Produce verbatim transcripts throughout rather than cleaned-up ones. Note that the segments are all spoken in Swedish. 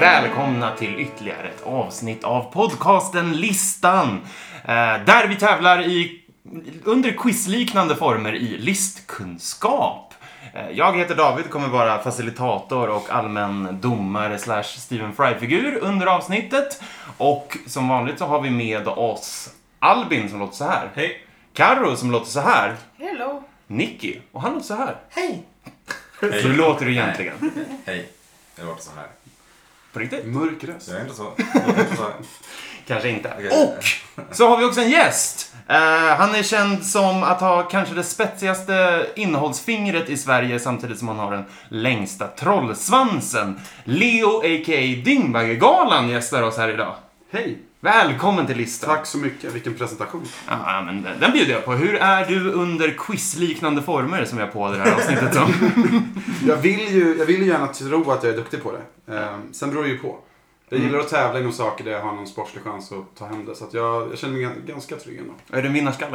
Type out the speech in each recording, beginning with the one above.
välkomna till ytterligare ett avsnitt av podcasten Listan. Där vi tävlar i, under quizliknande former i listkunskap. Jag heter David, kommer vara facilitator och allmän domare slash Stephen Fry-figur under avsnittet. Och som vanligt så har vi med oss Albin som låter så här. Hej. Karo som låter så här. Hello. Nicky, och han låter så här. Hej. Hur låter du egentligen? Hej, jag låter så här. På riktigt? Mörk röst. Jag är inte så. Jag är inte så. Kanske inte. Okay. Och så har vi också en gäst. Uh, han är känd som att ha kanske det spetsigaste innehållsfingret i Sverige samtidigt som han har den längsta trollsvansen. Leo a k a. Dyngbaggegalan gästar oss här idag. Hej. Välkommen till listan. Tack så mycket, vilken presentation. Ja, men den bjuder jag på. Hur är du under quizliknande former som jag på det här avsnittet som? jag, vill ju, jag vill ju gärna tro att jag är duktig på det. Um, sen beror det ju på. Jag gillar att tävla inom saker där jag har någon sportslig chans att ta hem det. Så att jag, jag känner mig ganska trygg ändå. Är du en vinnarskalle?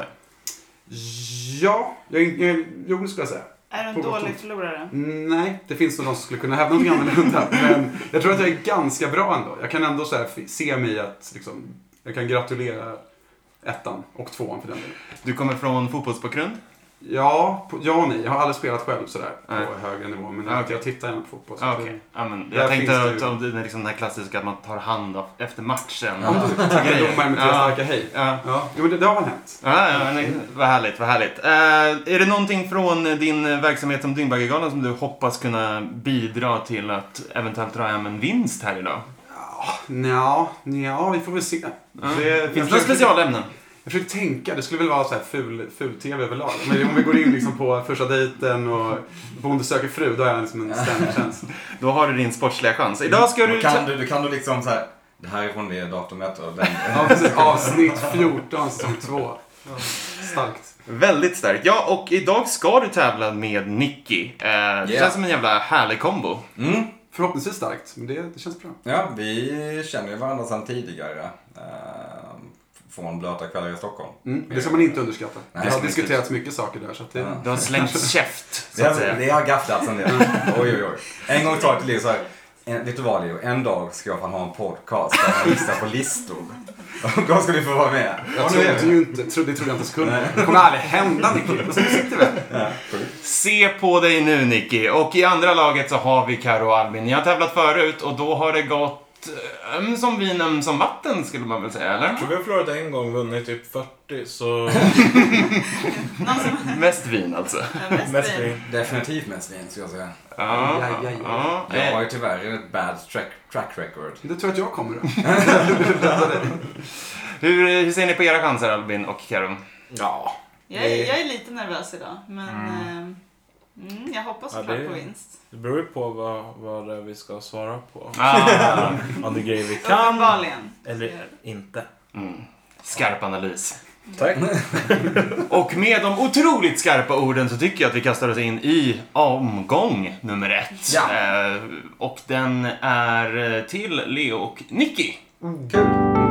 Ja, jag, jag, jo det skulle jag säga. Är du en på dålig förlorare? Nej, det finns nog någon som skulle kunna hävda något annorlunda. Men jag tror att jag är ganska bra ändå. Jag kan ändå så här, se mig att liksom, jag kan gratulera ettan och tvåan för den delen. Du kommer från fotbollsbakgrund? Ja, på, ja och nej. Jag har aldrig spelat själv sådär på Nej. högre nivå. Men Ah, jag, okay. jag tittar gärna på fotboll. Ah, okay. ja, men Där jag tänkte finns att det det är liksom den här klassiska att man tar hand av efter matchen. Om du tackar domaren med tre starka hej. Ja. Ja, jo, men det, det har väl hänt. Ja, ja, men, vad härligt, vad härligt. Uh, är det någonting från din verksamhet som Dyngbaggegalan som du hoppas kunna bidra till att eventuellt dra hem en vinst här idag? Ja, ja, vi får väl se. Ja. Det finns några specialämnen. Jag försöker tänka, det skulle väl vara så här ful, ful tv överlag. Men om vi går in liksom på första dejten och Bonde söker fru, då är jag liksom en ständig chans. Då har du din sportsliga chans. Idag ska du... Kan du, du kan du liksom så här, det här är från det datumet och den... Ja, precis. Avsnitt fjorton, säsong två. Ja, starkt. Väldigt starkt. Ja, och idag ska du tävla med Nicky. Eh, det Yeah. känns som en jävla härlig kombo. Mm. Förhoppningsvis starkt, men det, det känns bra. Ja, vi känner ju varandra sedan tidigare. Uh, från blöta kvällar i Stockholm. Mm, det ska man inte underskatta. Nej, det har inte. diskuterats mycket saker där. Så att det... Ja. Du har slängt käft, så Det att har, säga. det har gafflats en del. Oj, oj, oj. En gång sa jag till Leo så här, en, vet du vad Leo, en dag ska jag fan ha en podcast där jag listar på listor. Och då ska du få vara med. Jag trodde ju inte, tro, det trodde jag inte skulle. Det kommer aldrig hända, Nicky. Men så sitter vi. Ja, Se på dig nu, Nicky. Och i andra laget så har vi Karo och Albin. Ni har tävlat förut och då har det gått öm som vin, öm som vatten skulle man väl säga, eller? Jag tror vi har förlorat en gång, vunnit typ fyrtio, så... Mest vin alltså. Mest vin. definitivt mest vin, ska jag säga. Ja, Ja, ja, ja. ja. Jag har ju tyvärr ett bad track, track record. Det tror jag att jag kommer då. Hur, hur ser ni på era chanser, Albin och Karo? Ja. Jag är, jag är lite nervös idag, men mm. Mm, jag hoppas Ja, såklart det- på vinst. Det beror ju på vad, vad det är vi ska svara på. Ah, Om det är grejer vi kan Uppenbarligen. eller inte. mm. Skarp analys. Tack. Och med de otroligt skarpa orden så tycker jag att vi kastar oss in i omgång nummer ett. Ja. Eh, och den är till Leo och Nicky. Kul.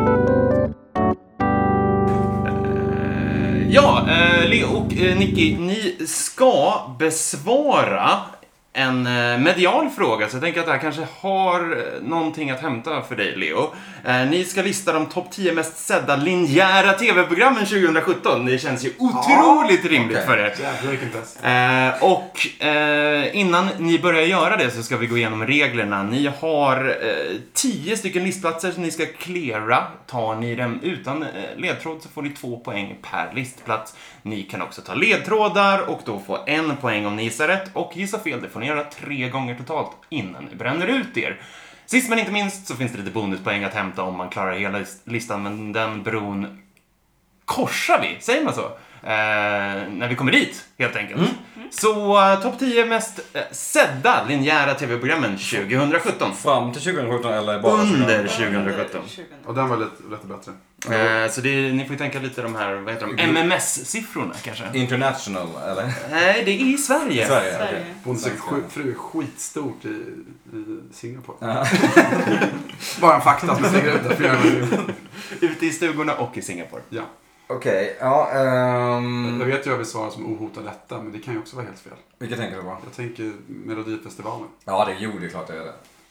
Eh, ja, eh, Leo och eh, Nicky, ni ska besvara en eh, medial fråga, så jag tänker att det här kanske har eh, någonting att hämta för dig, Leo. Eh, ni ska lista de topp tio mest sedda linjära tv-programmen tjugosjutton. Det känns ju otroligt rimligt okej. för er. Jävlar vilken test. Eh, och eh, innan ni börjar göra det så ska vi gå igenom reglerna. Ni har eh, tio stycken listplatser som ni ska cleara. Tar ni dem utan eh, ledtråd så får ni två poäng per listplats. Ni kan också ta ledtrådar och då få en poäng om ni gissar rätt. Och gissa fel, det får ni göra tre gånger totalt innan ni bränner ut er. Sist men inte minst så finns det lite bonuspoäng att hämta om man klarar hela listan. Men den bron korsar vi, säger man så? Eh, när vi kommer dit, helt enkelt. Mm. Så uh, topp tio mest uh, sedda linjära tv-programmen tjugosjutton. Fram till tjugosjutton eller bara Under tjugosjutton? tjugosjutton. Och den var lite, lite bättre. Eh, så det är, ni får ju tänka lite de här, vad heter de? M M S-siffrorna kanske? International, eller? Nej, det är i Sverige. Sverige, Sverige. okej. Bonde söker Svenska. fru är skitstort i, i Singapore. Ja. Bara en fakta som jag slänger ut där. För jag, Ute i stugorna och i Singapore. ja. Okej, ja. ehm, Jag vet ju jag vill svara som ohotad etta, men det kan ju också vara helt fel. Vilka tänker du på? Jag tänker Melodifestivalen. Ja, det gjorde ju klart det är det.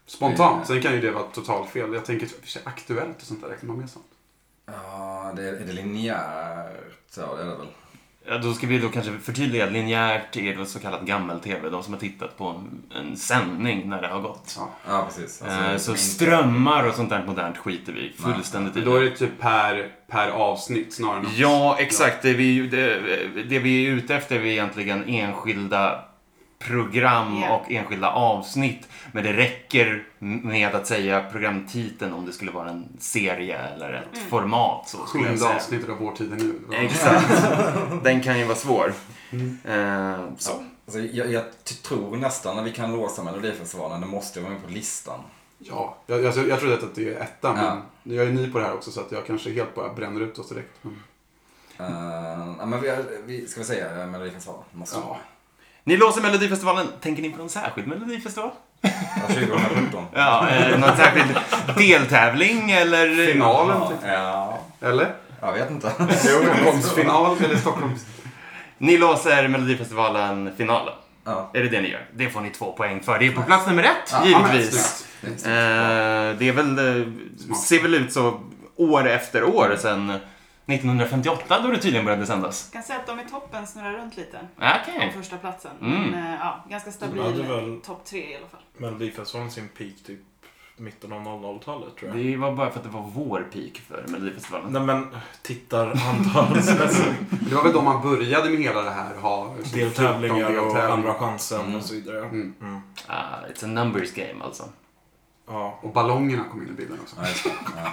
Spontant. Sen kan ju det vara totalt fel. Jag tänker för sig Aktuellt och sånt där. Räknar man med sånt? Ja, det är, är det linjärt? Ja, det är det väl. Ja, då ska vi då kanske förtydliga. Linjärt är det så kallat gammel-tv. De som har tittat på en, en sändning när det har gått. Ja, Ja, precis. Alltså, Eh, så inte- strömmar och sånt där modernt skiter vi fullständigt i. Men då är det typ per, per avsnitt snarare än något. Ja, exakt. Det vi, det, det vi är ute efter är egentligen enskilda program Ja. och enskilda avsnitt. Men det räcker med att säga programtiteln om det skulle vara en serie eller ett Mm. format. Så skulle jag Sjunde säga. avsnittet av Vår tid är nu. Exakt. Den kan ju vara svår. Mm. Eh, så. Ja. Alltså, jag, jag t- tror nästan att vi kan låsa Melodifestivalen. Det måste vara med på listan. Ja, jag, jag, jag tror att det är ettan. Ja. Men jag är ny på det här också så att jag kanske helt bara bränner ut oss direkt. Men, Uh, ja, men vi, vi, ska vi säga uh, Melodifestivalen? Måste ja. Ni låser Melodifestivalen. Tänker ni på någon särskild Melodifestival? Ja, tjugohundrasjutton. Ja, eh, någon särskild deltävling eller... Finalen, Ja, typ. ja, Eller? jag vet inte. Stockholmsfinal eller Stockholms... Ni låser Melodifestivalen-finalen. Ja. Är det det ni gör? Det får ni två poäng för. Det är på plats nummer ett, Ja, givetvis. Det är snyggt. Eh, det är väl, eh, ser väl ut så år efter år sedan nittonhundrafemtioåtta då det tydligen började sändas. Jag kan säga att de i toppen snurrar runt lite. Okej. Om första platsen. Mm. Men äh, ja, ganska stabil hade väl- topp tre i alla fall. Melodifestivalen sin peak typ mitten av noll noll-talet tror jag. Det var bara för att det var vår peak för Melodifestivalen. Nej men tittarantalsmässigt. Det var väl då man började med hela det här. Ha liksom Deltävlingar fjorton och deltävlingar. andra chansen Mm. och så vidare. Mm. Mm. Ah, it's a numbers game alltså. Ja. Och ballongerna kom in i bilden också. Ja, just det. Ja.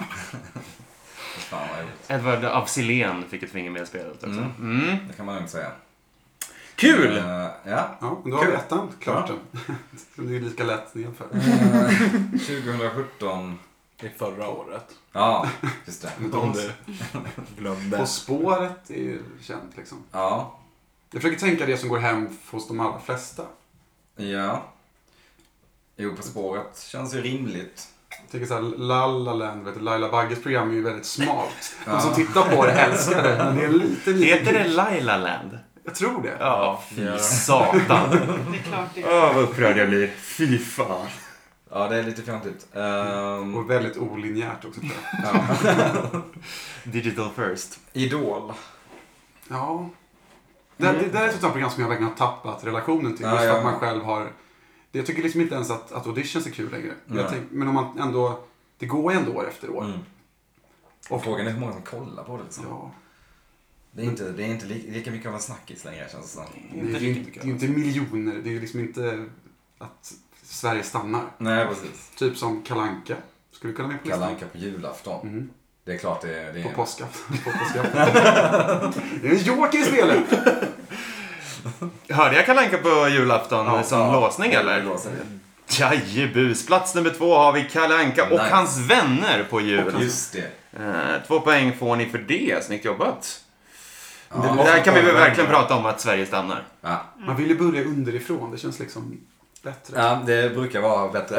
Fan vad roligt. Edvard af Sillén fick ett finger med i spelet också. Mm. Mm. Det kan man lugnt säga. Kul! Uh, ja. Ja, men då har vi Kul. ettan. Klart den. Det är lika lätt nedför. Uh, tjugohundrasjutton. Det är förra året. Ja, just det. Om du glömde. På spåret är ju känt liksom. Ja. Jag försöker tänka det som går hem hos de allra flesta. Ja. Jo, På spåret känns ju rimligt. Jag tänker såhär, La La Land, vet du, Laila Bagges program är ju väldigt smalt. De Ja. som tittar på det älskar det, men det är lite, lite... Heter det Laila Land? Jag tror det. Ja, fy Ja. satan. Det är klart det. Åh, vad upprörd jag blir. Fy fan. Ja, det är lite fjantigt. Um, Och väldigt olinjärt också tror jag. ja. Digital first. Idol. Ja. Det, det, det är ett sånt program som jag verkligen har tappat relationen till. Ja, Just för ja. att man själv har... Jag tycker liksom inte ens att, att auditions är kul längre. Men, jag Nej. tänk, men om man ändå... Det går ju ändå år efter år. Mm. Och frågan är hur många som kollar på det. Liksom. Ja. Det är inte, det är inte li- lika mycket av en snackis längre, känns det som. Det är ju inte, det är inte miljoner. Det är ju liksom inte att Sverige stannar. Nej, precis. Typ som Kalanka. Skulle kunna med på Kalle listan. Anka på julafton. Mm. Det är klart det är... Det På är påskafton. På påskafton. Det är en joker i spelet. Hörde jag Kalle Anka på julafton Ja, som ja. låsning Det eller? låser vi. Jajebus. Plats nummer två har vi Kalle Anka och Nice. hans vänner på jul. Just det. Eh, två poäng får ni för det. Snyggt jobbat. Ja, det, måste där kan vi väl ta verkligen vänner. prata om att Sverige stannar. Ja. Man vill ju börja underifrån. Det känns liksom bättre. ja, det brukar vara bättre.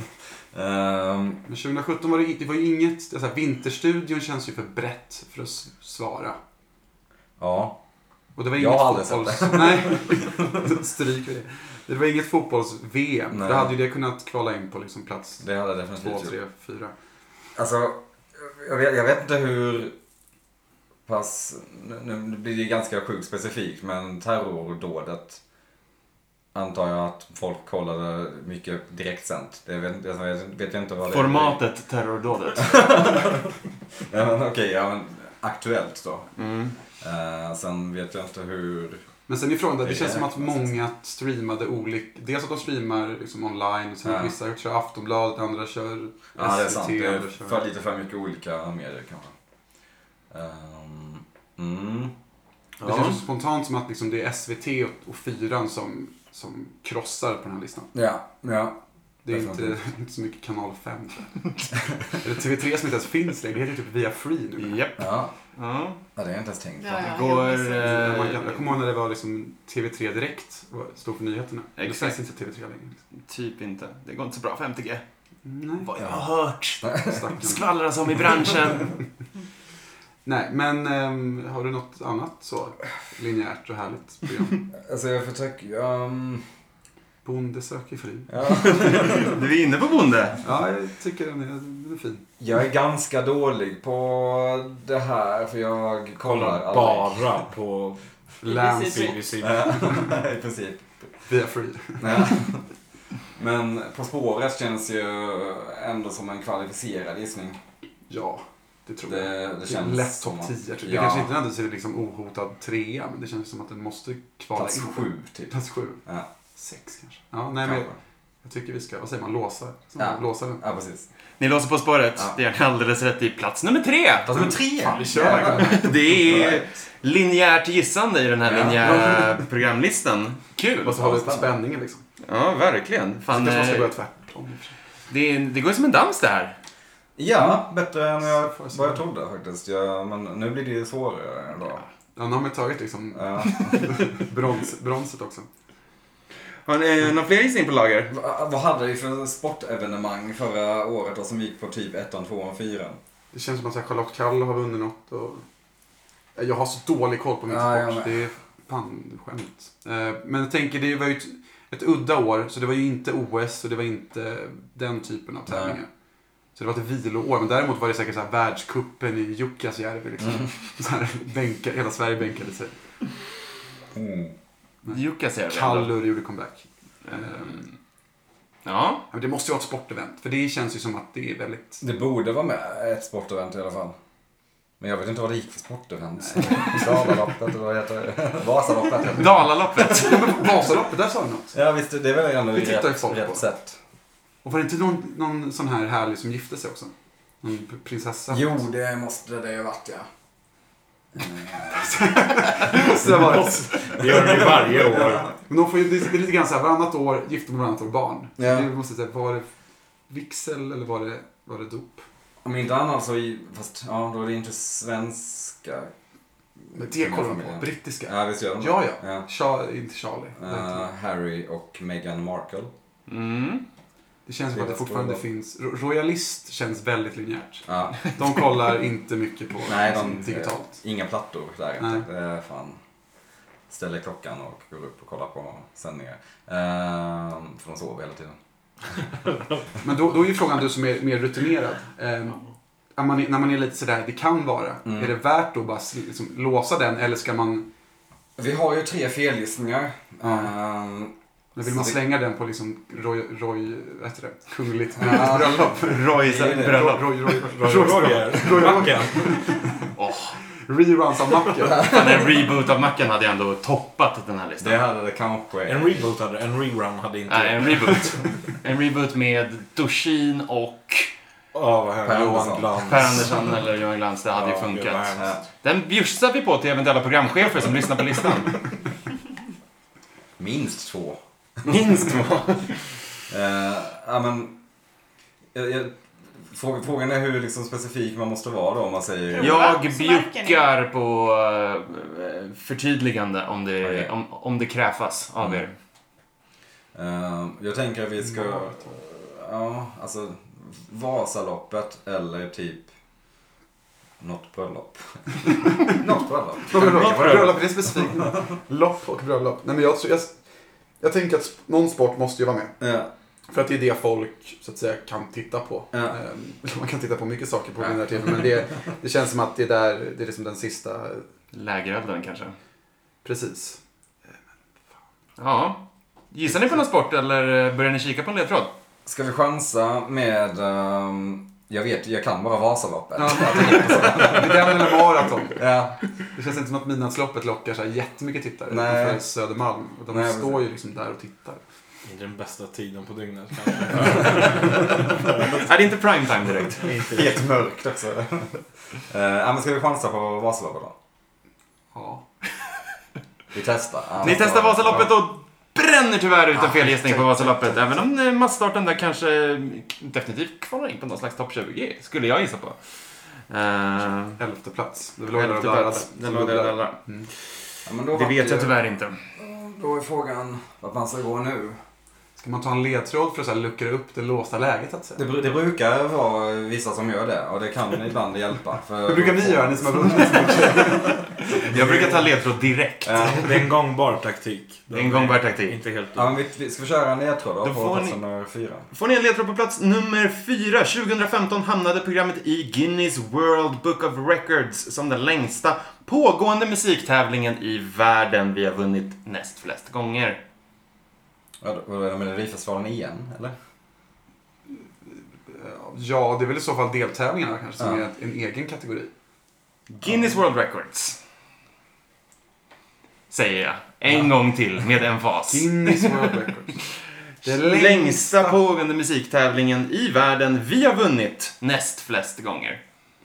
um, Men tjugohundrasjutton var det, det var ju inget... Det är så här, Vinterstudion känns ju för brett för att s- svara. ja. Och det var Jag inget har aldrig fotbolls... sett det. Nej, stryk det. Det var inget fotbolls-V M. Nej. Då hade ju det kunnat kvala in på liksom plats Det hade det två, definitivt tre, gjort. fyra. Alltså, jag vet, jag vet inte hur pass... Nu, nu blir det ganska sjukt specifikt, men terrordådet antar jag att folk kollade mycket direktsänt. Det vet, jag vet inte vad det Formatet terrordådet. Ja, men okej, ja, men aktuellt då. Mm. Uh, sen vet jag inte hur... Men sen ifrån det, det Det känns är som att räknas. många streamade olika... Dels att de streamar liksom online, och sen Ja. vissa kör Aftonbladet, andra kör Ja, det är S V T, sant. Det är andra kör... för, lite för mycket olika medier kanske. Um, mm. Det känns så spontant som att liksom det är S V T och, och fyran som, som krossar på den här listan. Ja, ja. Det är inte, inte så mycket kanal fem. Eller T V tre som inte ens finns längre. Det heter typ via Free nu. Japp. Ja, Ja. ja, det har jag inte ens tänkt på. Ja, ja. Det går... När man, Eh, jag kommer ihåg när det var liksom T V tre Direkt var- stod för nyheterna. Det Exakt. finns inte T V tre längre. typ inte. Det går inte så bra femtio G. Nej. Vad jag har hört. Stackarn. Skvallras om i branschen. Nej, men ehm, har du något annat så linjärt och härligt program? Alltså jag försöker... Um, Bonde söker fru. Ja. Du är inne på bonde. Ja, jag tycker den är, den är fin. Jag är ganska dålig på det här för jag kollar Kollar aldrig. bara på Lance B B C. Ja, i princip. via free. Ja. Men På spåret känns ju ändå som en kvalificerad gissning. Ja, det tror Det, jag. det Det är känns lätt som topp att- tio. Jag tror. Ja. Det kanske inte nödvändigtvis är liksom ohotad trea, men det känns som att den måste kvala Plats in. sju typ. Plats sju. Ja, Sex kanske. Ja, nej men kanske. jag tycker vi ska, vad säger man, låsa? Så Ja. Låsa den. Ja, precis. Ni låser På spåret. Ja. Det är alldeles rätt i plats nummer tre. Plats nummer tre! Fan, vi kör verkligen. Det är linjärt gissande i den här Ja. linjära programlistan. Kul. Måste hålla lite spänningen liksom. Ja, verkligen. Så Fan, kanske man ska eh, börja tvärtom. i och för sig. det, det går som en dans det här. Ja, bättre än jag, Får jag se. vad jag trodde faktiskt. Ja, men nu blir det ju svårare då. Ja, nu har man tagit liksom Ja. brons, bronset också. Har ni några fler gissningar på lager? Va- Vad hade vi för sportevenemang förra året då, som gick på typ ettan, tvåan, fyran? Det känns som att så här, Charlotte Kall har vunnit något. Och... Jag har så dålig koll på min Ja, jag sport. med. Det är fan skämt. Eh, Men jag tänker, det var ju ett, ett udda år. Så det var ju inte O S och det var inte den typen av tävlingar. Så det var ett viloår. Men däremot var det säkert så här världscupen i Jukkasjärvi. Liksom. Mm. Så här, bänka, hela Sverige bänkade sig. Mm. Jukka säger vi. Kallur gjorde comeback. Ehm, Ja. Ja, men det måste ju vara ett sportevent. För det känns ju som att det är väldigt... Det borde vara med ett sportevent i alla fall. Men jag vet inte vad det gick för sportevent. Dalaloppet eller vad heter det? Vasaloppet heter det. Dalaloppet. Ja, men Vasaloppet, där sa du något. Ja visst, det är väl ändå Det tittar ju rätt, folk på. rätt sätt. Och var det inte någon, någon sån här härlig som gifte sig också? Någon p- prinsessa? Jo, det måste det ha varit, ja. Det måste det ha varit. Det gör det varje år. Men de får ju, det är lite grann så här, varannat år gifter man varannat år barn. Så Ja. det måste säga, var det vigsel eller var det, var det dop? Om inte annat så, i, fast ja, då är det inte svenska. Men det kollar de på, brittiska. Ja, visst gör de det? Ja, ja. ja. Char, inte Charlie. Uh, Harry och Meghan Markle. Mm. Det känns som att det deras fortfarande bröllop. finns... Ro- Royalist känns väldigt linjärt. Ja. De kollar inte mycket på Nej, liksom, de, digitalt. inga plattor där. Nej. Det är fan... Ställer klockan och går upp och kollar på sändningar. Uh, för de sover hela tiden. Men då, då är ju frågan, du som är mer rutinerad. Eh, är man, när man är lite sådär, det kan vara. Mm. Är det värt att bara sl- liksom, låsa den eller ska man... Vi har ju tre felgissningar. Ja. Ehm, Men vill man Så det- slänga den på liksom Roy... Roy vad heter det? Kungligt Ja. bröllop? Roys Det är det. bröllop. Roy, Roy, Roy, Roger, Roger. Roy, Roy, Macken. Åh, Reruns av Macken. fan, en reboot av Macken hade ändå toppat den här listan. det hade det kanske... En reboot hade en rerun hade inte. Nej, en reboot. En reboot med Dorsin och Ja, vad Per här Johan Andersson. Glans. Per Andersson eller Johan Glans. Det hade ju Ja, det var funkat. hemskt. Ja. Den bjussar vi på till eventuella programchefer som lyssnar på listan. Minst två. Minst två. Uh, ja, men... Jag, jag, frå- frågan är hur liksom specifik man måste vara då om man säger... Ja. Jag Så märker ni. bjuckar på eh, förtydligande om det, Okej. om, om det krävas av er. Uh, jag tänker att vi ska... Ja, alltså... Vasaloppet eller typ... Något bröllop. Något bröllop. Bröllop, bröllop, det är specifikt. Lopp och bröllop. Nej, men jag, tror- jag, jag tänker att sp- någon sport måste ju vara med. Ja. För att det är det folk så att säga kan titta på. Ja. Ehm, Man kan titta på mycket saker på Ja. den här tiden. Men det, det känns som att det är där, det är liksom den sista, Lägerelden kanske. precis. Ja. Gissar ni på någon sport eller börjar ni kika på en ledtråd? Ska vi chansa med... ehm, jag vet, jag kan bara Vasaloppet. Ja, det är den eller maraton. Ja. Det känns inte som att Midnattsloppet lockar så här jättemycket tittare Nej. utanför Södermalm. Och de Nej, står precis. ju liksom där och tittar. Inte den bästa tiden på dygnet kanske. Är det inte primetime direkt? Helt mörkt också. uh, ja, men ska vi chansa på Vasaloppet då? Ja. Vi testar. Ja, Ni testar Vasaloppet och bränner tyvärr ut en Ah, felgissning på Vasaloppet. Även om eh, massstarten där kanske definitivt kvalar in på någon slags topp tjugo. Skulle jag gissa på. Uh, Elfte plats. Det var Elfte plats. Det låg där alla. Ja, men då Det var vet jag ju- tyvärr inte. Då är frågan vad man ska gå nu. Ska man ta en ledtråd för att så här luckra upp det låsta läget att säga? Det, bru- det brukar vara vissa som gör det och det kan ibland hjälpa. För Hur brukar ni göra, ni som har vunnit? Jag brukar ta ledtråd direkt. Ja. Det är en gångbar taktik. Det är en gångbar taktik. Inte helt Ja, men vi, vi ska vi köra en ledtråd då, Då på får plats ni- nummer fyra. Får ni en ledtråd på plats nummer fyra. tjugohundrafemton hamnade programmet i Guinness World Book of Records som den längsta pågående musiktävlingen i världen. Vi har vunnit näst flest gånger. Ja, då är det Melodifestivalen igen, eller? Ja, det är väl i så fall deltävlingarna kanske som Ja. är en egen kategori. Guinness World Records. Säger jag. En gång till med emfas. Guinness World Records. Det Längsta pågående musiktävlingen i världen. Vi har vunnit näst flest gånger.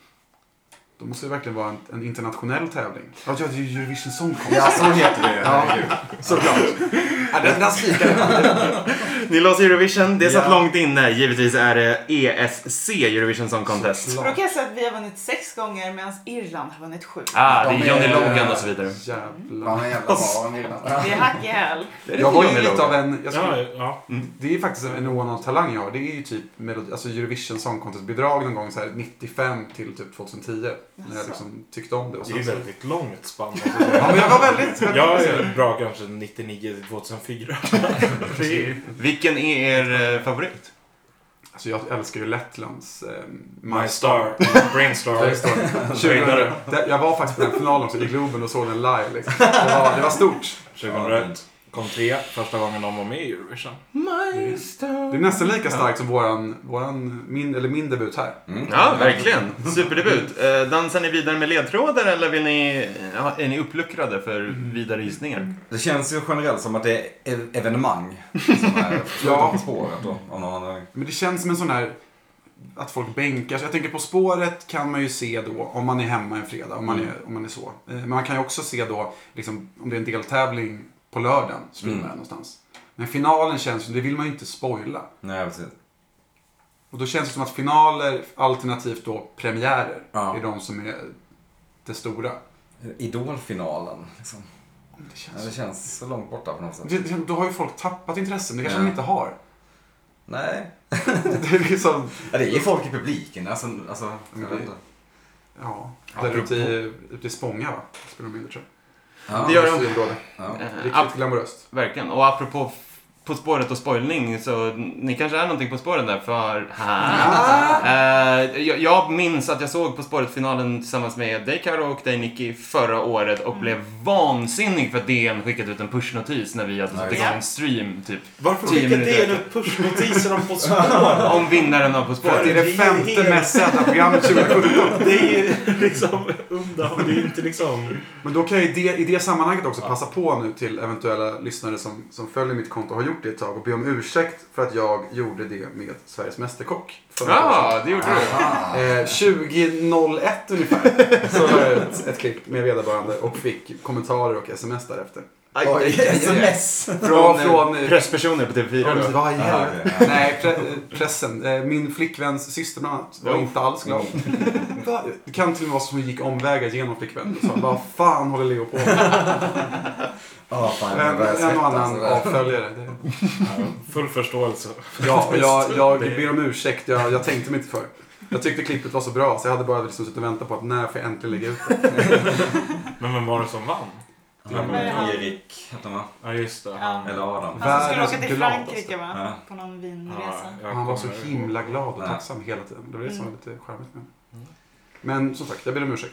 Då måste det verkligen vara en, en internationell tävling. Ja, det är ju Eurovision Song Contest. Ja, så heter det. Ja, såklart. Ja, den den spikar jag. Ni låser Eurovision. Det satt Ja. långt inne. Givetvis är det E S C, Eurovision Song Contest. Då kan jag säga att vi har vunnit sex gånger medan Irland har vunnit sju. Ah, det är De Johnny är- Logan och så vidare. Jävlar. Ja, men jävla bra. Irland. Det är hack i häl. Det är det Jag var ju Johnny lite av Logan. en... Jag Ja, skulle, ja. det är faktiskt en oanad talang jag har. Det är ju typ melodi, alltså Eurovision Song Contest-bidrag någon gång så här nittiofem till typ tjugohio. När jag liksom tyckte om det. Och Det sen är så, väldigt långt spann. ja, men jag var väldigt... väldigt Jag intresserad. är bra kanske nittionio till tvåtusenfyra. Det är Vilken är er eh, favorit? Alltså jag älskar ju Lettlands eh, My Star, Brainstar. Där står det. tjugo, där, jag var faktiskt på den finalen också i Globen och såg den live. Liksom. Det, var, det var stort. tjugohundraett kom tre, första gången de var med i Eurovision. Det är nästan lika starkt som våran, våran min, eller min debut här. Mm. Ja, verkligen. Superdebut. Eh, dansar ni vidare med ledtrådar eller vill ni, ja, är ni uppluckrade för vidare gissningar? Det känns ju generellt som att det är ev- evenemang som är ja. På spåret då. Om någon annan. Men det känns som en sån här att folk bänkar sig. Jag tänker på spåret kan man ju se då om man är hemma en fredag, om man är, om man är så. Eh, Men man kan ju också se då liksom, om det är en deltävling på lördagen, streamar Mm. någonstans. Men finalen känns som, det vill man ju inte spoila. Nej, precis. Och då känns det som att finaler, alternativt då premiärer, Ja. är de som är det stora. Idolfinalen. Liksom. Det Ja, känns... det känns så långt borta på något sätt. Det, det, då har ju folk tappat intressen, det kanske Ja. de inte har. Nej. Det är liksom, Ja, det är ju folk i publiken. Alltså, alltså, jag Mm. vet inte. ja, där ute i, ute i Spånga va? Spelar de mindre tror jag. Ja. Det gör de. Industriområde. Ja. Eh, Riktigt ap- glamoröst. verkligen. Och apropå f- På spåret och spoilning, så ni kanske är någonting på spåret där för... Eh, jag, jag minns att jag såg På spåret-finalen tillsammans med dig Karo och dig Nicky förra året och blev vansinnig för att D N skickade ut en pushnotis när vi hade satt igång en stream typ Varför tio skickar minuter det ut pushnotiser om På spåret? om vinnaren av På För att spåret. det är det femte mest sedda programmet tjugohundrasjutton. Det är ju liksom undan. Det är inte liksom... Men då kan jag i det, i det sammanhanget också passa på nu till eventuella lyssnare som, som följer mitt konto och har gjort det ett tag och be om ursäkt för att jag gjorde det med Sveriges Mästerkock. förra Ja, året. det gjorde du. Eh, tjugohundraett ungefär så la jag ut ett klipp med vederbörande och fick kommentarer och sms därefter. Aj, Oj, aj, aj, aj. sms! Ja, Från, från, eh, eh, presspersoner på T V fyra. Ja, då. vad i Ja, helvete? okej. Nej, pre pressen. Eh, Min flickväns syster bland annat var Oh. inte alls glad. Va? Det kan till och med vara så som hon gick omvägar genom flickvännen och sa vad fan håller Leo på med? Ja, fan, En, jag börjar en och svettas annan sådär. avföljare. Det... Full förståelse. Ja, jag, jag Det- ber om ursäkt. Jag, jag tänkte mig inte för. Jag tyckte klippet var så bra så jag hade bara liksom suttit och väntat på att när får jag äntligen lägga ut det. Men vem var det som vann? Ja, men Erik heter han, Ja, just det. Han, eller Adam. Han som skulle Världens åka till gladaste. Frankrike va? Ja. På någon vinresa. ja, jag Han var så kommer ihåg. himla glad och Ja. tacksam hela tiden. Det var det som var lite charmigt med Mm. Men som sagt, jag ber om ursäkt.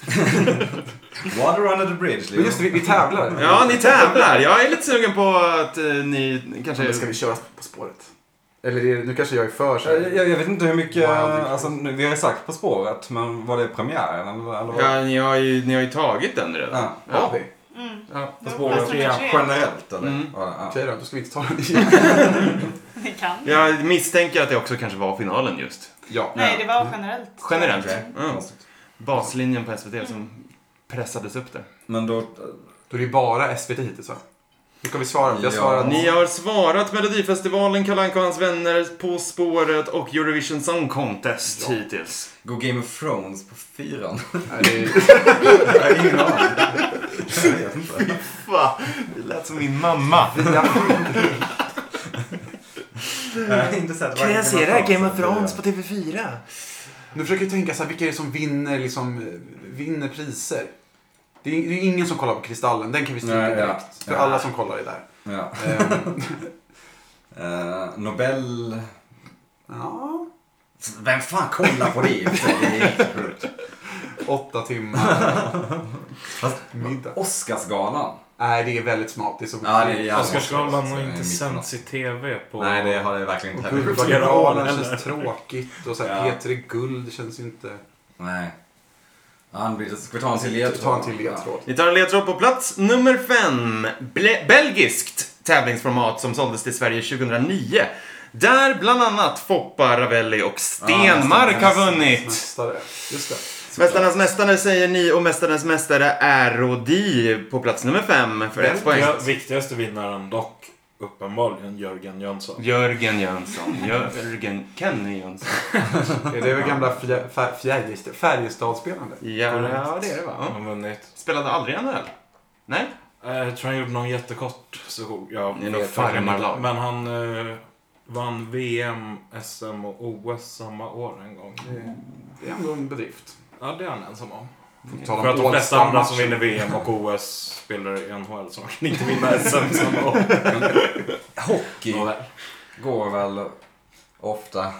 Water under the bridge, Men just det, vi, vi tävlar. Ja, ni tävlar. Jag är lite sugen på att eh, ni kanske... Eller ska vi köra På spåret? Eller är det, nu kanske jag är för så Jag, här. jag, jag vet inte hur mycket, Wild alltså, nu- vi har ju sagt På spåret, men var det premiären eller, eller vad? Ja, ni har ju, ni har ju tagit den redan. Ja. Har vi? Mm. Ja. På Det var spåret plats nummer tre. generellt eller? Mm. Ja, ja. Okej då, då ska vi inte ta den igen. Ni kan. Jag misstänker att det också kanske var finalen just. Ja. Nej, det var generellt. Generellt. Okej, Mm. konstigt. Baslinjen på S V T som pressades upp där. Men då, Då är det bara S V T hittills va? Nu kan vi svara. Jag Ja. svarar. Ni har svarat Melodifestivalen, Kalle Anka och hans vänner, På spåret och Eurovision Song Contest Ja. hittills. går Game of Thrones på fyran? Nej, det är... Jag har ingen aning. Jag vet inte. Fan, det lät som min mamma. Ja. Jag har inte sett Kan jag se det här Game of Thrones på på T V fyra? Nu försöker jag tänka så här, vilka är det som vinner, liksom, vinner priser? Det är, det är ingen som kollar på Kristallen, den kan vi stryka Nej, ja. direkt. För Ja. alla som kollar är där. Ja. Ehm, Uh, Nobel... ja, Vem fan kollar på det? Det är jättesjukt. åtta timmar. Fast Middag. Oscarsgalan. Nej, det är väldigt smart. Det är så Ja, det är jävla Oscarsgalan har Oscars, inte eh, sänts i tv på... Nej, det har det verkligen Och inte heller. Guldbagaren eller? känns tråkigt. Och så här, Ja. Peter är guld, det känns ju inte... Nej. Han blir, ska vi ta en till ledtråd? Ta en till ledtråd. Vi tar en ledtråd på plats nummer fem. Ble- belgiskt tävlingsformat som såldes till Sverige tjugohundranio. Där bland annat Foppa, Ravelli och Stenmark Ja, har vunnit. Mästare. Just det. Mästarnas mästare säger ni och Mästarnas mästare är Rodi på plats nummer fem för ett poäng. Ja, viktigaste vinnaren dock uppenbarligen Jörgen Jönsson. Jörgen Jönsson. Jörgen Kenny Jönsson. Är det väl gamla fjär, fär, fjärjestad, Färjestadspelande? Ja, ja, det är det va? Han har vunnit. Spelade aldrig N H L? Nej? Eh, Jag tror han gjorde någon jättekort så jag Det är nog vet verkligen farmarlag. inte. Men han eh, vann V M, S M och O S samma år en gång. Det är ändå en bedrift. Ja, det är han ensam om. På tal om För att de flesta andra som All-Star-matchen. vinner V M och O S spelar i N H L så kan inte vinna S M samma år. Hockey Nåväl. går väl ofta.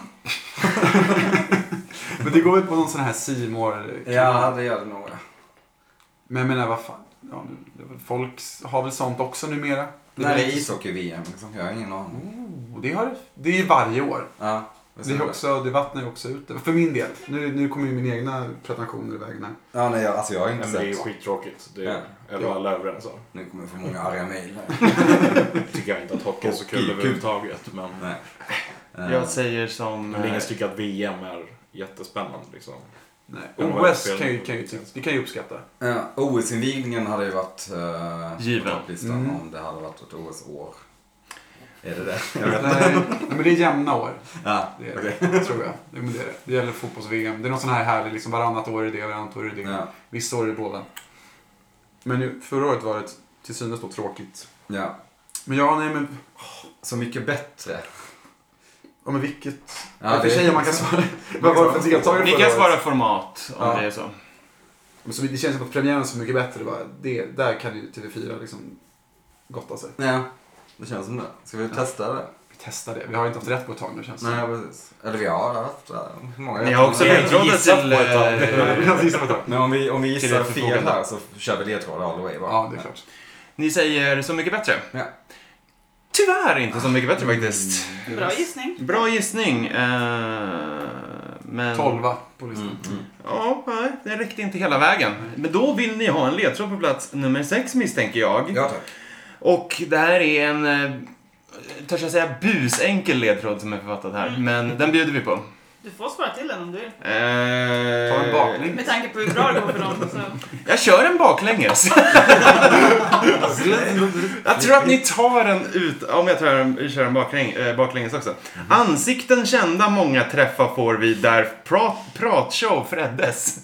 Men det går väl på någon sån här C More. Ja, det gör det nog. Men jag menar, vad fan. Ja, det är väl- folk har väl sånt också numera. Det är När det väl- är ishockey-V M liksom. Jag har ingen aning. Oh, det, har, det är ju varje år. Ja, Det, är också, det vattnar ju också ut det. För min del. Nu, nu kommer ju mina egna pretensioner i vägen här. Ja, nej, jag, alltså jag har inte Men det är ju sett. skittråkigt. Det Ja. är ja. alla överens om. Nu kommer jag få många arga mejl här. Tycker jag inte att hockey är så kul Hockey, överhuvudtaget. Men, Nej. Eh, Jag säger som... men ingen tycker att V M är jättespännande liksom. Nej. Ja, O S spel- kan ju, kan ju, det kan ju uppskatta. Ja, O S-invigningen hade ju varit uh, Given. på topplistan Mm. om det hade varit ett O S-år. Är det det? Jag vet Nej, inte. men det är jämna år. Ja, Det är okej. det, tror jag. Det, men det, är det. det gäller fotbolls-V M. Det är någon sån här härlig, liksom varannat år är det, varannat år är det. Ja, Vissa år är det båda. Men nu, förra året var det till synes då tråkigt. ja. Men ja, nej men... Så mycket bättre. Ja, men vilket... Ja, Ja, för det- sig man kan svara. Vad var det för deltagare Ni förra kan året? svara format om Ja. det är så. Men så det känns som att premiären så mycket bättre. Bara, det, där kan ju T V fyra liksom gotta sig. Ja, det känns som det. Ska vi Ja. testa det? Vi testar det. Vi har inte haft rätt på ett tag nu känns det. Nej, precis. Eller vi har haft uh, många. Ni har också Jag har ledtrådar gissat till... på ett tag. eh, Vi har gissat på ett tag. Men om vi, om vi Till gissar ert fel förfogande. här så kör vi ledtrådar all the way bara. Ja, det är klart. Ni säger Så mycket bättre. Ja. Tyvärr inte Så mycket bättre faktiskt. Bra gissning. Bra gissning. eh, men... Tolva på listan. Mm, mm. Ja, nej, det räckte inte hela vägen. Men då vill ni ha en ledtråd på plats nummer sex misstänker jag. Ja, tack. Och det här är en, eh, törs jag säga, busenkel ledtråd som är författad här. Mm. Men den bjuder vi på. Du får svara till den om du vill. Eh, Ta en baklänges. Med tanke på hur bra det går för dem. Så. Jag kör en baklänges. Jag tror att ni tar en ut... Om jag tar en, kör en bakläng, äh, baklänges också. Ansikten kända många träffar får vi där prat, pratshow Freddes.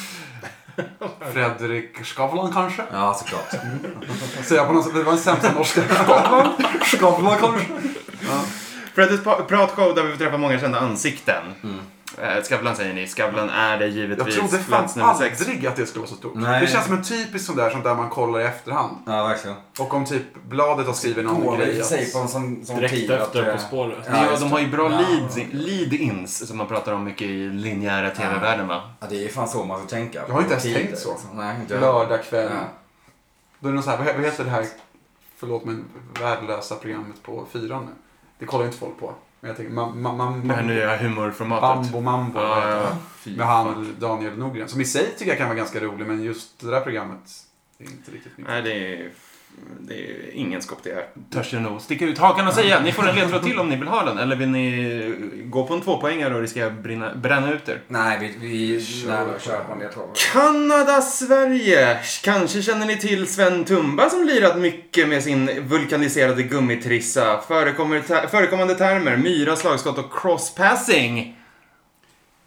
Fredrik Skavlan kanske? Ja, såklart. Säger jag på något sätt. Det var den sämsta norska. Skavlan? Skavlan kanske? Ja. Freddes pa- pratshow där vi får träffa många kända ansikten. Mm. Eh, Skavlan säger ni. Skavlan är det Jag givetvis trodde fan plats nummer sex. aldrig att det skulle vara så stort. Nej. Det känns som en typisk sån där, sånt där man kollar i efterhand. Ja, verkligen. Och om typ bladet har skrivit någon Går grej. i att- sig på en sån, sån Direkt tid efter att, eh, På spåret. Ja, Ja, just de det. har ju bra Ja. lead- lead-ins som man pratar om mycket i linjära tv-världen va? Ja, det är fan så man ska tänka. Jag har inte ens Tider, tänkt så. liksom. Nej, inte jag. Lördag kväll. Ja. Då är det någon så här, vad vad heter det här, förlåt men värdelösa programmet på fyran nu? Det kollar ju inte folk på. Men jag tänker, man, man, man, Det här nya humorformatet. Mambo Mambo. Ja, vad heter ja, det? ja. Fy Med fan. han Daniel Nordgren. Som i sig tycker jag kan vara ganska rolig, men just det där programmet är inte riktigt mitt. Nej, det är, det är ingen skopp det här. Törs jag nog sticka ut hakan och säga. Ni får en ledtråd till om ni vill ha den. Eller vill ni gå på en tvåpoängare och riskera brinna, bränna ut er? Nej, vi, vi Kör nej, på vi kör på en ledtråd. Kanada, Sverige. Kanske känner ni till Sven Tumba som lirat mycket med sin vulkaniserade gummitrissa. Förekommer ter- förekommande termer, myra, slagskott och crosspassing. Hockey.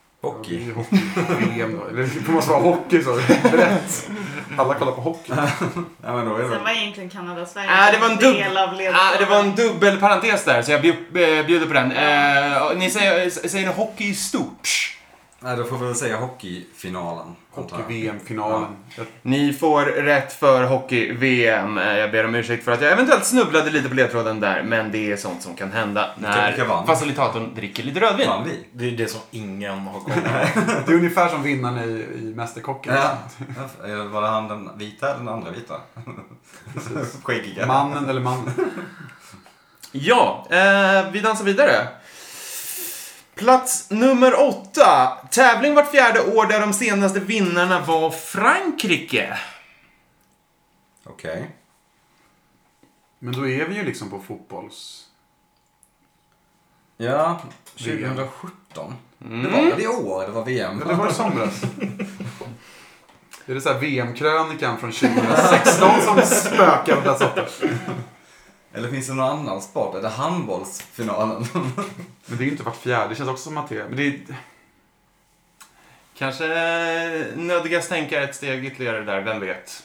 Hockey. Ja, det är hockey-V M då. Eller det måste vara hockey så. Rätt. Alla kollar på hockey. Ja, men då är det Sen väl... var egentligen Kanada-Sverige Ah, det var en dubb- del av Ah, ledtråden. det var en dubbel parentes där, så jag bjud, eh, bjuder på den. Eh, ni säger, säger ni hockey i stort? Nej, då får vi väl säga hockeyfinalen. Hockey-V M-finalen. Ja. Ni får rätt för hockey-V M. Eh, Jag ber om ursäkt för att jag eventuellt snubblade lite på ledtråden där, men det är sånt som kan hända Vilka- vilka när vann? facilitatorn dricker lite rödvin. Vann vi? Det är det som ingen har koll på. Det är ungefär som vinnaren i, i Mästerkocken. Ja. Eller var det han den vita eller den andra vita? Skäggiga. Mannen eller mannen. Ja, eh, vi dansar vidare. Plats nummer åtta. Tävling vart fjärde år där de senaste vinnarna var Frankrike. Okej. Men då är vi ju liksom på fotbolls... Ja, tjugosjutton. Mm. Det var väl i år det var V M? Eller var det somras? Är det så här V M-krönikan från tjugohundrasexton som spökar på plats åtta? Eller finns det någon annan sport? Är det handbollsfinalen? Men det är ju inte vart fjärde. Det känns också som att det är... Men det är... Kanske nödgas tänka ett steg ytterligare där, vem vet?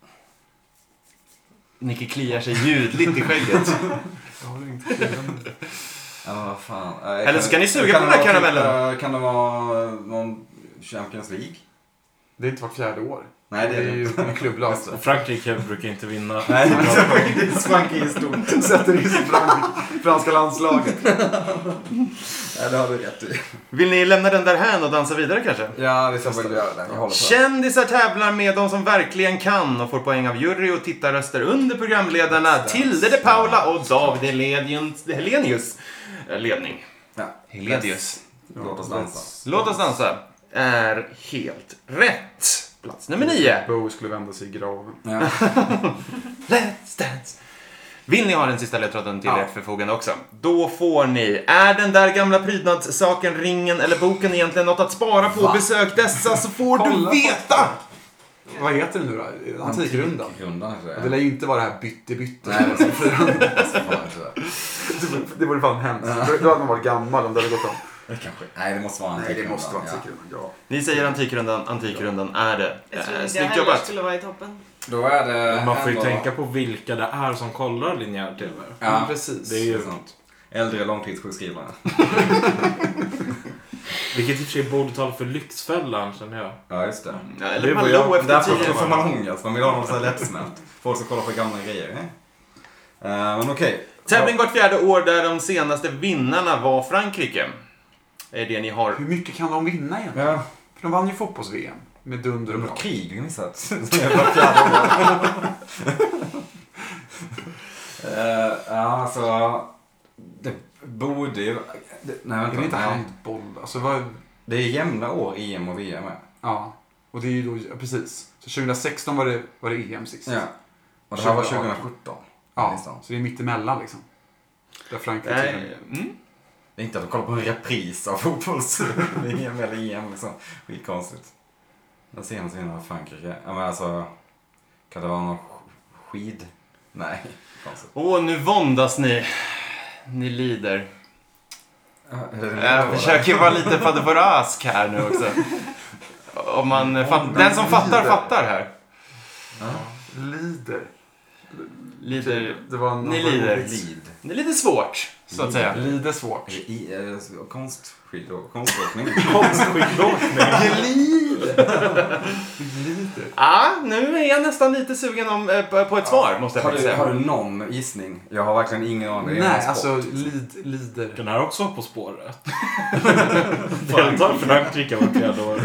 Nicky kliar sig ljudligt i skägget. Jag har inte killen. Ja, men vad fan. Eh, Eller kan- så kan ni suga kan på det den här vara karamellen. Typ, eh, kan det vara någon Champions League? Det är inte vart fjärde år. Nej, det är det ju inte. en klubblag. Och Frankrike brukar inte vinna. Nej, det sprang i stort. Sätter in sig Frankrike, franska landslaget. Ja, det har du rätt i. Vill ni lämna den där här och dansa vidare kanske? Ja, vi ska väl göra det. Vi håller på. Kändisar tävlar med de som verkligen kan och får poäng av jury och tittarröster under programledarna Tilde de Paula och David Helenius, Helenius ledning. Ja. Helenius. Låt oss dansa. Låt oss dansa är helt rätt. Plats nummer nio. Bo skulle vända sig i graven. Ja. Let's dance. Vill ni ha den sista ledtråden till Ja. ert förfogande också? Då får ni. Är den där gamla prydnadssaken, ringen eller boken egentligen något att spara på? Va? Besök dessa så får Kolla du på veta. Vad heter det nu då? Antikrundan. Antikrundan heter Det det. lär ju inte vara det här bytte-bytte. Nej, det är så fan inte det. Det vore fan hemskt. Då hade man varit gammal om det hade gått om. Det kanske. Nej, det måste vara Nej, Antikrundan. det måste vara ja. Antikrundan. Ja. Ni säger Antikrundan, Antikrundan är det. Jag tror Eh, inte jag Snyggt heller jobbat. skulle vara i toppen. Då är det Man får ju ändå- tänka på vilka det är som kollar linjär T V. Ja, precis. Det är ju sant. Äldre långtidssjukskrivare. Vilket i och för sig borde tala för Lyxfällan, känner jag. Ja, just det. Ja, Det eller var Malou jag- efter Därför tio. får man ångest. Man vill ha något så här lättsmält. Folk som kollar på gamla grejer. Eh, men okej. Tävling vart fjärde år där de senaste vinnarna var Frankrike. Är det ni har. Hur mycket kan de vinna egentligen? Ja. För de vann ju fotbolls-V M. Med dunder och De bra. har krig, har ni missat? Så jävla fjärde år. Eh, Ja, alltså... Det borde ju... Det, nej, Är vänta. det inte nej. handboll? Alltså vad... Det är jämna år E M och V M. Är. Ja. Och det är ju då... Ja, precis. Så tjugohundrasexton var det, var det E M sist. Ja. Och det här var tjugoarton. tjugosjutton. Ja, Nästan. så det är mittemellan liksom. Där Frankrike... Nej, mm. Det är inte att de kollar på en repris av fotbolls-V M eller E M. Liksom. Skitkonstigt. Den senaste vinnaren var Frankrike. Ja, men alltså... Kan det vara någon sk- skid? Nej, konstigt. Åh, nu våndas ni. Ni lider. Ja, är det den Jag då, försöker vara lite faderborask här nu också. Om man, fatt, den som fattar, fattar här. Lider. Lider. Det var en... Ni lider. eller? Lid. Det är lite svårt, så att säga. Lider svårt. Är det I, är det konstskid- konståkning? Konstskidåkning. Lider. Lider. Ja, nu är jag nästan lite sugen om, eh, på- på ett svar, måste jag Har faktiskt du, har säga. du någon gissning? Jag har verkligen ingen aning. Det är Nej, en sport. alltså lid, lider. Den här också På spåret. Deltar Frankrike vart fjärde år.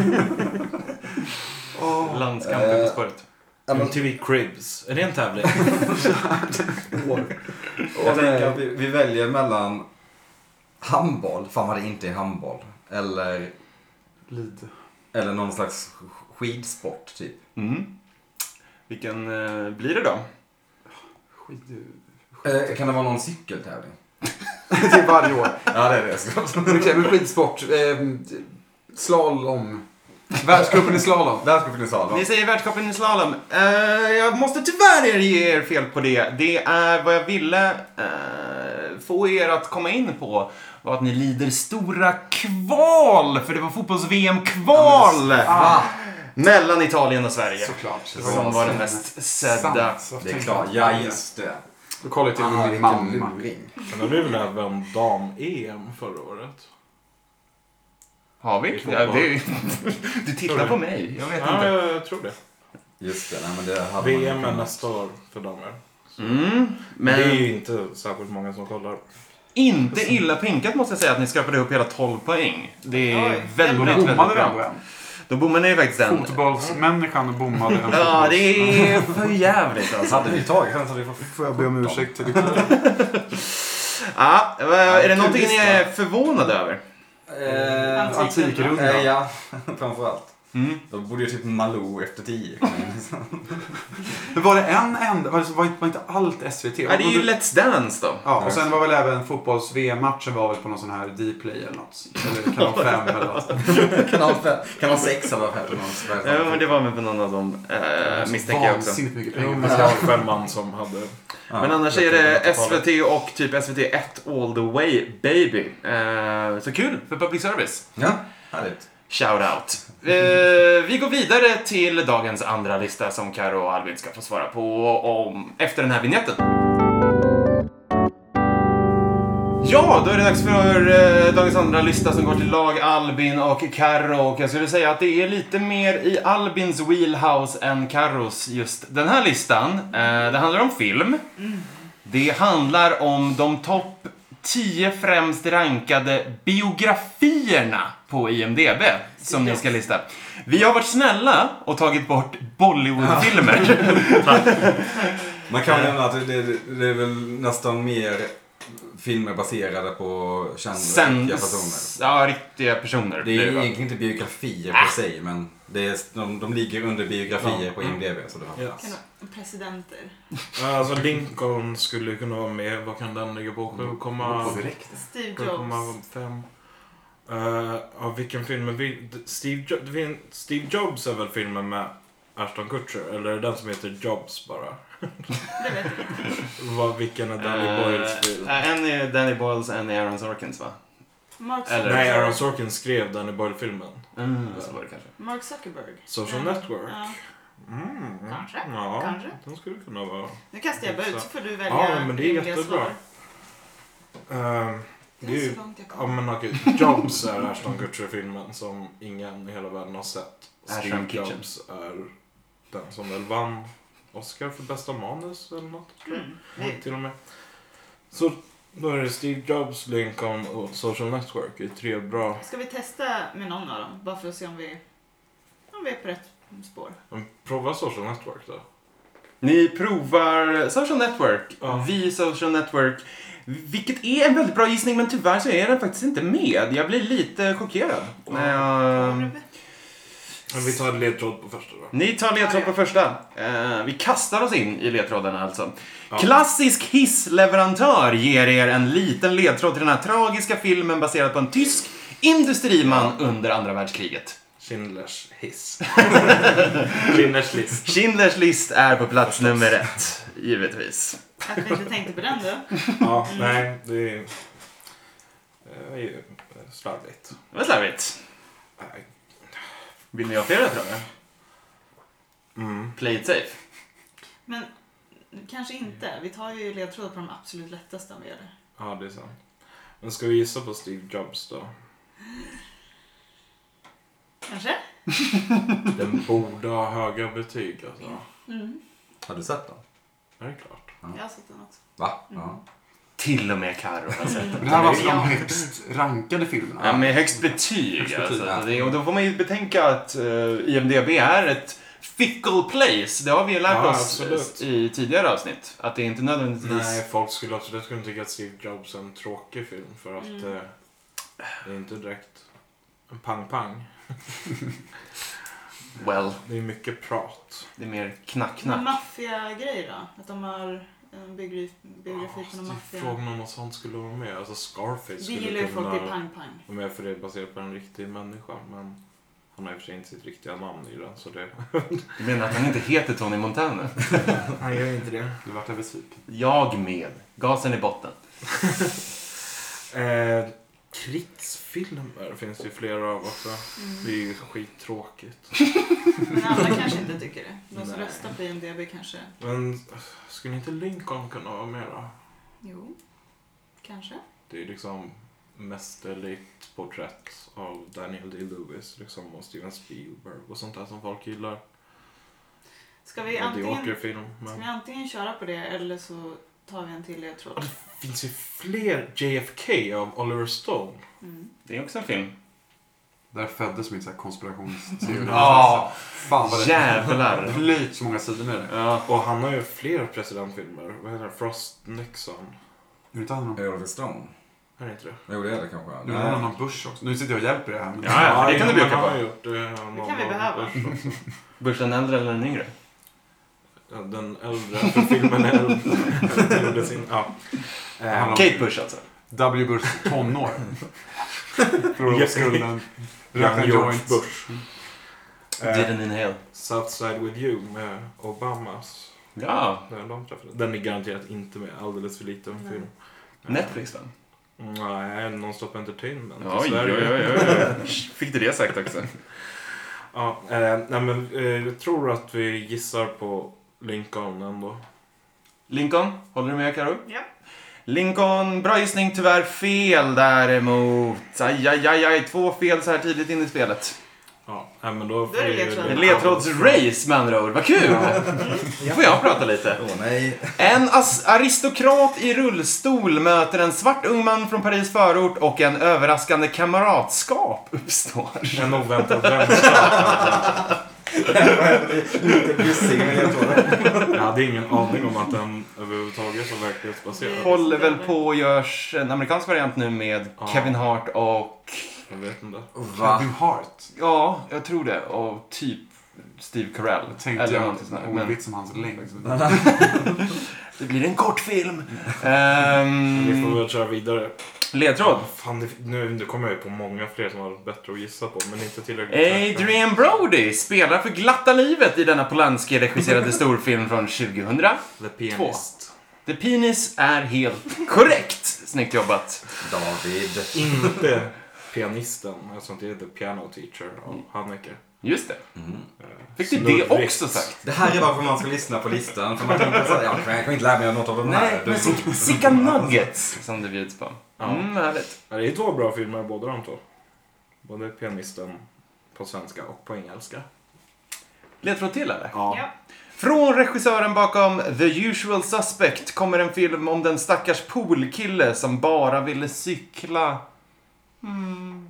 Oh. Landskampen på Eh, spåret. Ja, men, M T V Cribs. Är det en tävling? jag tänker att vi, vi väljer mellan handboll, fan vad det inte är handboll, eller, Lid. eller någon slags skidsport typ. Mm. Vilken eh, blir det då? Skid... Eh, kan det vara någon cykeltävling? Det är varje år. Ja, det är det såklart. Okej, men skidsport. Eh, slalom. Världscupen i slalom. Världscupen i slalom. Ni säger världscupen i slalom. Uh, jag måste tyvärr ge er fel på det. Det är vad jag ville uh, få er att komma in på. Var att ni lider stora kval. För det var fotbolls-V M-kval. Ja, ah. Mellan Italien och Sverige. Såklart. Som var den mest sedda. Det är klart. Ja, just det. Då kollar jag till Ah, min mamma. luring. Men det blev väl även dam-E M förra året? Har vi? Ja, det, du tittar på mig. Jag vet Ja, inte. jag tror det. Just det. Nej, men det hade V man M är kunnat. nästa år för damer. Mm, Men det är men ju inte särskilt många som kollar. inte illa pinkat måste jag säga att ni skrapade upp hela tolv poäng. Det är Oj, väldigt, det är Då bra. väldigt bommade bra. den ändå en. Då bommar ni faktiskt en. Fotbollsmänniskan bommade en Ja, fotbolls... det är för jävligt alltså. Hade vi tagit den så hade vi fått... Får jag be om ursäkt till Ja, är det någonting ni är förvånade över? Eh, Antikrundan. eh, ja, framförallt. Mm. Då borde ju typ Malou efter tio. Men var det en enda? Var, det, var inte- var inte allt S V T? Ja, det är ju Let's Dance då. Ja, och sen var väl även fotbolls-V M-matchen var väl på någon sån här D-play eller något. Eller kanal fem eller något. kanal, fem, kanal sex eller vad heter det? Ja, men det var väl på någon av dem, äh, misstänker jag också. Vansinnigt mycket Jo, pengar. men det var femman som hade... Ja. Men annars är det S V T och typ S V T ett all the way, baby. Eh, så kul för public service. Ja, härligt. Shout out. Eh, vi går vidare till dagens andra lista som Karo och Albin ska få svara på om, efter den här vignetten. Ja, då är det dags för eh, dagens andra lista som går till lag Albin och Karo. Och jag skulle säga att det är lite mer i Albins wheelhouse än Karos just den här listan. Eh, det handlar om film. Det handlar om de topp tio främst rankade biografierna på I M D B som ni ska lista. Vi har varit snälla och tagit bort Bollywoodfilmer. Man kan nämna att det, det, det är väl nästan mer filmer baserade på kända Sen, riktiga personer. ja, riktiga personer. Det blir är det va? egentligen inte biografier på sig, men det är, de, de ligger under biografier Ja. på I M D B. Så det var. Ja. Kan det vara presidenter? Alltså Lincoln skulle kunna vara med. Vad kan den ligga på? sju komma Steve sju komma Jobs. fem. Uh, ja, vilken film är vi? Steve, jo- det fin- Steve Jobs är väl filmen med Ashton Kutcher? Eller är det den som heter Jobs bara? Det vet jag inte. Vad, vilken är Danny Eh, Boyles film? eh, en är Danny Boyles, en är Aaron Sorkins va? Mark Eller- Zuckerberg. Nej, Aaron Sorkin skrev Danny Boyle-filmen. Mm, så var det kanske. Mark Zuckerberg. Social Ja. Network. Ja. Mm. Kanske. Ja, Kanske. den skulle kunna vara... Nu kastar jag bara ut så får du välja Ja, men det är rimliga jättebra. svar. Ehm, Det det är är ju... så långt jag Ja, kommer. men okej. Jobs är Ashton Kutcher-filmen som ingen i hela världen har sett. Ashton Steve Kitchen. Jobs är den som väl vann Oscar för bästa manus eller något, tror jag. Mm. Ja, Det- till och med. Så då är det Steve Jobs, Lincoln och Social Network. Det är tre bra. Ska vi testa med någon av dem? Bara för att se om vi, om vi är på rätt spår. Men prova Social Network då. Ni provar Social Network, Ja. vi Social Network, vilket är en väldigt bra gissning men tyvärr så är den faktiskt inte med. Jag blir lite chockerad. När jag... Men vi tar ledtråd på första då. Ni tar ledtråd på första. Eh, vi kastar oss in i ledtrådarna alltså. Ja. Klassisk hissleverantör ger er en liten ledtråd till den här tragiska filmen baserad på en tysk industriman under andra världskriget. Schindlers hiss. Schindlers list. Schindlers list är på plats nummer ett, givetvis. Att vi inte tänkte på den då. Ja, nej, det är, det är ju slarvigt. Det var slarvigt. Nej. Vill ni ha flera frågor? Mm. Play it safe. Men kanske inte. Vi tar ju ledtrådar på de absolut lättaste om vi gör det. Ja, det är sant. Men ska vi gissa på Steve Jobs då? Kanske? Den borde ha höga betyg alltså. Mm. Har du sett den? Är det klart? Jag har sett den också. Va? Ja. Till och med Karo har sett Men den. det här var alltså Ja. de högst rankade filmerna. Ja, med högst betyg. Högst Alltså. betyg, ja. Det, och då får man ju betänka att uh, I M D B är ett fickle place. Det har vi ju lärt Ja, oss absolut. i tidigare avsnitt. Att det är inte nödvändigtvis... Nej, folk skulle absolut kunna tycka att Steve Jobs är en tråkig film för att Mm. eh, det är inte direkt en pang-pang. Well, Det är mycket prat. det är mer knack Någon knack. maffia-grej då? Att de har en biografi, biografi på någon maffia. Frågan om något sånt skulle vara med. Alltså Scarface Vi skulle gillar ju folk kunna till pang-pang. vara med för det är baserat på en riktig människa. Men Han har i och för sig inte sitt riktiga namn i den, så det... Du menar att han inte heter Tony Montana? Han gör inte det. Nu vart jag besviken. Jag med. Gasen i botten. eh, krigsfilmer finns det ju flera av också. Mm. Det är ju skittråkigt. Men alla kanske inte tycker det. De som Nej. röstar på I M D B kanske... Men skulle inte Lincoln kunna vara mera? Jo, kanske. Det är liksom mästerligt porträtt av Daniel Day-Lewis liksom, och Steven Spielberg och sånt där som folk gillar. Ska vi antingen, Medioker film. ska vi Men... antingen köra på det eller så tar vi en till ledtråd? Det finns ju fler J F K av Oliver Stone. Mm. Det är också en film. Där föddes min så här konspirationsteori. Ja, Fan vad det jävlar. det flöjt så många sidor med det. Ja. Och han har ju fler presidentfilmer. Vad heter det? Frost Nixon. Är det inte han någon? Oliver Stone. Är det inte det? Jo, det är det kanske. Nu är det någon Bush också. Nu sitter jag och hjälper det här. Men... Ja, ja, det kan du men bjuda han på. har gjort det. Det kan vi behöva. Bush den äldre eller den yngre? Den äldre, för filmen är äldre. Gjorde sin, ja. Han har- Kate Bush alltså. W. Bush tonår. Förlora Ja. skulden. Röka George joints. Bush. Eh, Didn't inhale. Southside with you med Obamas. Ja, Den, de träffade. Den är garanterat inte med. Alldeles för liten Nej. film. Netflix va? Nej, Non-Stop Entertainment i Oj, oj, Sverige. oj, oj, oj. Fick du det sagt också? Ja, eh, nej, men eh, jag tror att vi gissar på Lincoln ändå. Lincoln, håller du med Karo? Ja. Lincoln, bra gissning, tyvärr fel däremot. Aj, aj, aj, aj, två fel så här tidigt in i spelet. Ja, nej, men då får Då är det vi- ledtråd. En ledtrådsrace med andra ord, vad kul! Då får jag prata lite. Åh nej. En as- aristokrat i rullstol möter en svart ung man från Paris förort och en överraskande kamratskap uppstår. En oväntad vänskap. Lite bussig med ledtråden. Jag hade ingen aning om att den överhuvudtaget var verklighetsbaserad. Håller väl på och görs en amerikansk variant nu med Ja. Kevin Hart och... Jag vet inte. Va? Kevin Hart. Ja, jag tror det. Och typ Steve Carell. Jag tänkte Eller jag någonting sånt att där. Men ordvits som hans längd. det blir en kortfilm. Vi Ehm, får väl köra vidare. ledtråd. Fan, det, nu, nu kommer jag ju på många fler som var bättre att gissa på, men inte tillräckligt. Adrian Brody spelar för glatta livet i denna Polanski-regisserade storfilm från tjugohundra. The Pianist. The Penis är helt korrekt. Snyggt jobbat. David. Inte Pianisten, alltså inte The Piano Teacher av Haneke. Just det. Mm. Fick du det Snurrigt. också sagt? Det här är varför man ska lyssna på listan. För man tänker så här, ja, men jag kan inte lära mig något av de Nej, här. men sick- sicka nuggets som det bjuds på. Ja. Mm, härligt. Ja, det är två bra filmer båda de två. Både Pianisten på svenska och på engelska. Ledtråd till eller? Ja. Ja. Från regissören bakom The Usual Suspect kommer en film om den stackars poolkille som bara ville cykla. Mm.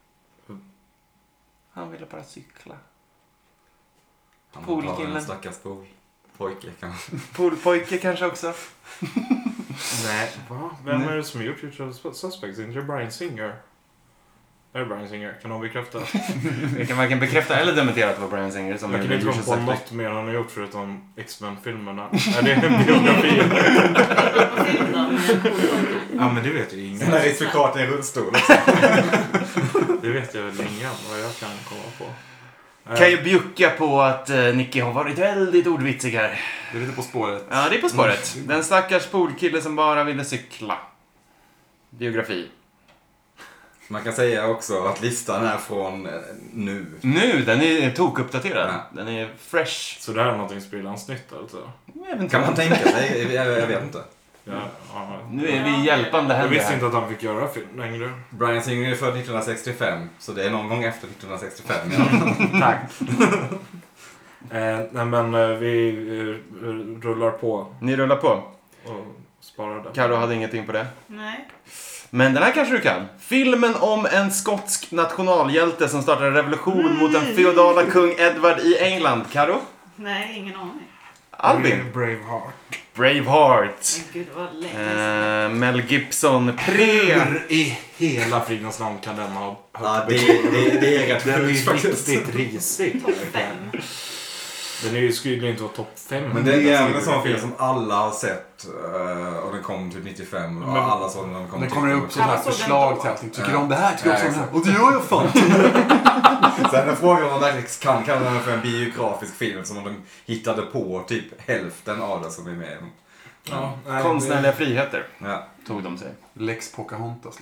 Han ville bara cykla. Han Poolkillen. var en stackars pool. Pojke kanske. Poolpojke kanske också. Nej, va? Vem Nej. är det som har gjort Usual Suspects? Inte det Bryan Singer? Är det Bryan Singer? Kan någon bekräfta? Jag kan varken bekräfta eller dementera att det var Bryan Singer som Jag är kan inte The komma Usual på Suspect. något mer han har gjort förutom X-Men-filmerna. Är det en biografi? På film då, med poolpojke. Ja, men det vet ju Den ingen. här aristokraten i rullstol. Det vet jag väl ingen vad jag kan komma på. Eh, Kan ju bjucka på att uh, Nicky har varit väldigt ordvitsig här. Det är lite På spåret. Ja, det är På spåret. Den stackars poolkille som bara ville cykla. Biografi. Man kan säga också att listan är från eh, nu. Nu, den är tokuppdaterad. Ja. Den är fresh. Så det här är någonting sprillans nytt alltså? Eventuellt. Kan man tänka sig? Jag, jag vet inte. Ja, ja. Nu är vi hjälpande Jag händer visste här. inte att han fick göra film längre. Bryan Singer är född nittonhundrasextiofem, så det är någon gång efter nittonhundrasextiofem. Ja. Tack. Eh, nej men eh, vi eh, rullar på Ni rullar på. och sparar den. Karo hade ingenting på det. Nej. Men den här kanske du kan. Filmen om en skotsk nationalhjälte som startar en revolution mot den feodala kung Edward i England. Karo? Nej, ingen aning. Albin? Braveheart. Braveheart. Men gud, det var länge sedan. Eh, Mel Gibson. Pre. Hur i hela fridens namn kan den ha Ja, det, det, det är rätt Den är sjukt ju faktiskt. riktigt risig. Topp fem. Den är ju, skulle inte vara topp fem. Men det är även en sån film som alla har sett eh, och den kom typ nittiofem och Men- alla såg den när den kom Det typ kommer upp sådana här Alla såg den förslag då. till allting. Tycker Ja. du om det här? Tycker du Ja, om det här? exakt. Och det gör jag fan. Sen är frågan om man verkligen kan kalla den för en biografisk film som om de hittade på typ hälften av det som är med. Ja, nej, Konstnärliga friheter Ja. tog de sig. Lex Pocahontas.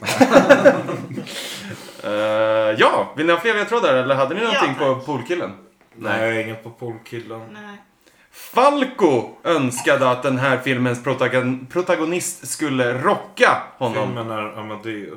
Uh, ja, vill ni ha fler ledtrådar eller hade ni någonting Ja, på tack. Poolkillen? Nej, jag är inget på Poolkillen. Nej. Falco önskade att den här filmens protagon- protagonist skulle rocka honom. Filmen är Amadeus.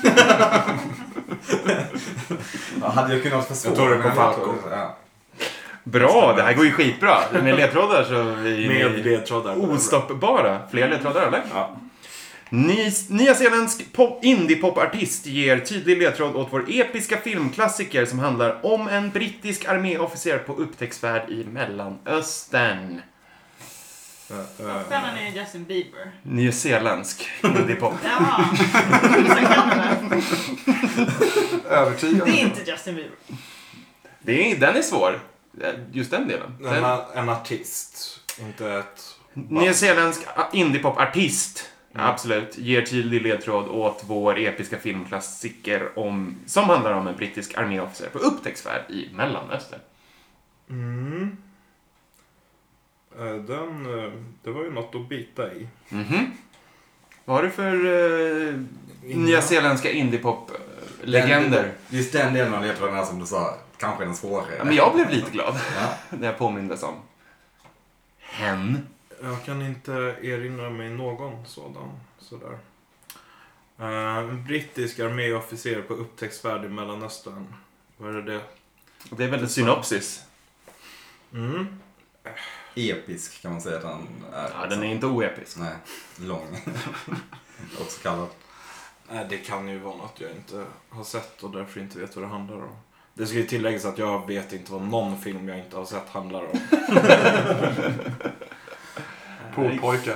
Ja, hade jag kunnat försvåra. Jag tror det är på men Falco. Ja. Bra, det här går ju skitbra. Med ledtrådar så är vi Med ledtrådar. ostoppbara. Fler ledtrådar eller? Ja. Ny, nyzeeländsk pop, indie-pop-artist ger tydlig ledtråd åt vår episka filmklassiker som handlar om en brittisk arméofficer på upptäcktsfärd i Mellanöstern. Stjärnan är Justin Bieber. Nyzeeländsk indie-pop. Jaha. Så kan det. Övertygande. Det är inte Justin Bieber. Det är, den är svår. Just den delen. En, Den, en artist, inte ett... nyzeeländsk indie-pop-artist. Absolut. Ger tydlig ledtråd åt vår episka filmklassiker om, som handlar om en brittisk arméofficer på upptäcktsfärd i Mellanöstern. Mm. Eh, Den, eh, det var ju något att bita i. Mhm. Vad har du för uh, nyzeeländska indie-pop-legender? Den- Just den delen av ledtrådarna som du sa, kanske den svårare. Ja, men jag blev lite glad Ja. när jag påmindes om hen. Jag kan inte erinra mig någon sådan. Sådär. Eh, En brittisk arméofficer på upptäcktsfärd i Mellanöstern. Vad är det? Det är väl en synopsis. Mm. Episk kan man säga att han är. Ja, den är inte oepisk. Nej, lång. Också kallad. Nej, det kan ju vara något jag inte har sett och därför inte vet vad det handlar om. Det ska ju tilläggas att jag vet inte vad någon film jag inte har sett handlar om. Poolpojkar.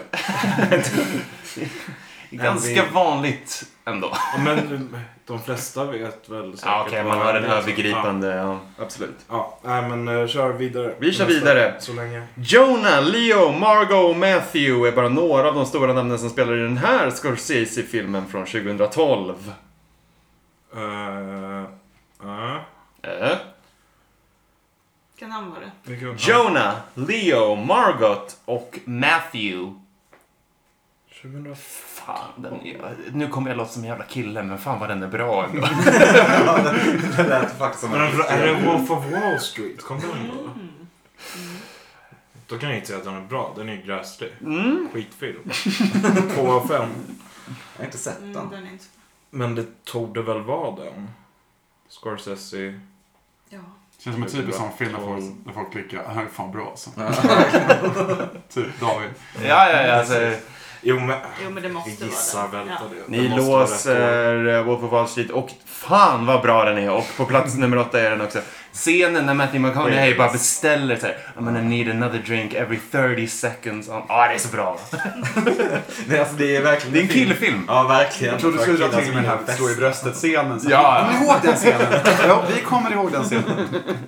Ganska vanligt ändå. Ja, men de flesta vet väl säkert. Ja, okej, vad man har en det är. övergripande, ja, absolut. Ja, nej men uh, kör vidare. Vi kör Nästa, vidare. Så länge. Jonah, Leo, Margot och Matthew är bara några av de stora namnen som spelar i den här Scorsese-filmen från tjugohundratolv. Uh, uh. Äh? Vilka namn var det? Vilken- Jonah, Leo, Margot och Matthew. tjugohundra... Fan, den är, nu kommer jag låta som en jävla kille, men fan vad den är bra ändå. Det lät faktiskt som Men en... är det Wolf of Wall Street? Kom den då? Då kan jag inte säga att den är bra. Den är ju gräslig. Mm. Skitfilm. Två av fem. Jag har inte sett Mm, den. den är inte så Men det tog det väl vara den? Scorsese. Ja. Känns som en typisk sån film där folk, där folk klickar. Det här är fan bra alltså. Typ David. Ja, ja, ja. Alltså, Jo men, Jo, men det måste vi vara gissar den. väl Ja. på det. ni Det måste vara rätt år. låser eh, Wolf of Wall Street och fan vad bra den är. Och på plats nummer åtta är den också. Scenen när Matthew McConaughey bara beställer så här, I'm gonna need another drink every thirty seconds. Ja, ah, det är så bra. Nej, alltså det är verkligen Det är en killfilm. Ja, verkligen. Jag trodde du skulle dra Killar till som med den är här bäst. slå i bröstet-scenen. Så- Ja. Kommer ni ihåg den scenen? Ja, vi kommer ihåg den scenen.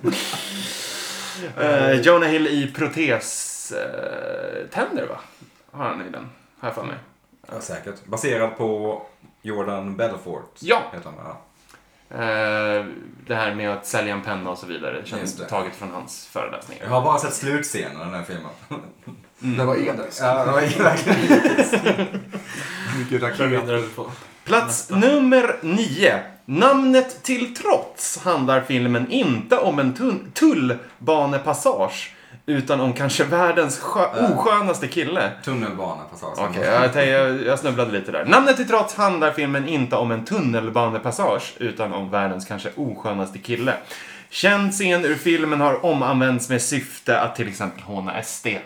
Uh, Jonah Hill i protes uh, tänder, va? Har han i den? Här för mig. Ja, säkert. Baserad på Jordan Belfort. Ja. Heter han, ja. Uh, det här med att sälja en penna och så vidare. Just Känns det. taget från hans föreläsningar. Jag har bara sett slutscenen av den här filmen. Det var Edens. Ja, det var verkligen Mycket Kör raket. vidare på. Plats nummer nio. Namnet till trots handlar filmen inte om en tun- tullbanepassage utan om kanske världens skö- oskönaste kille. tunnelbanepassage. Okej, jag, tänkte- jag, jag snubblade lite där. Namnet till trots handlar filmen inte om en tunnelbanepassage utan om världens kanske oskönaste kille. Känd scen ur filmen har omanvänts med syfte att till exempel håna S D.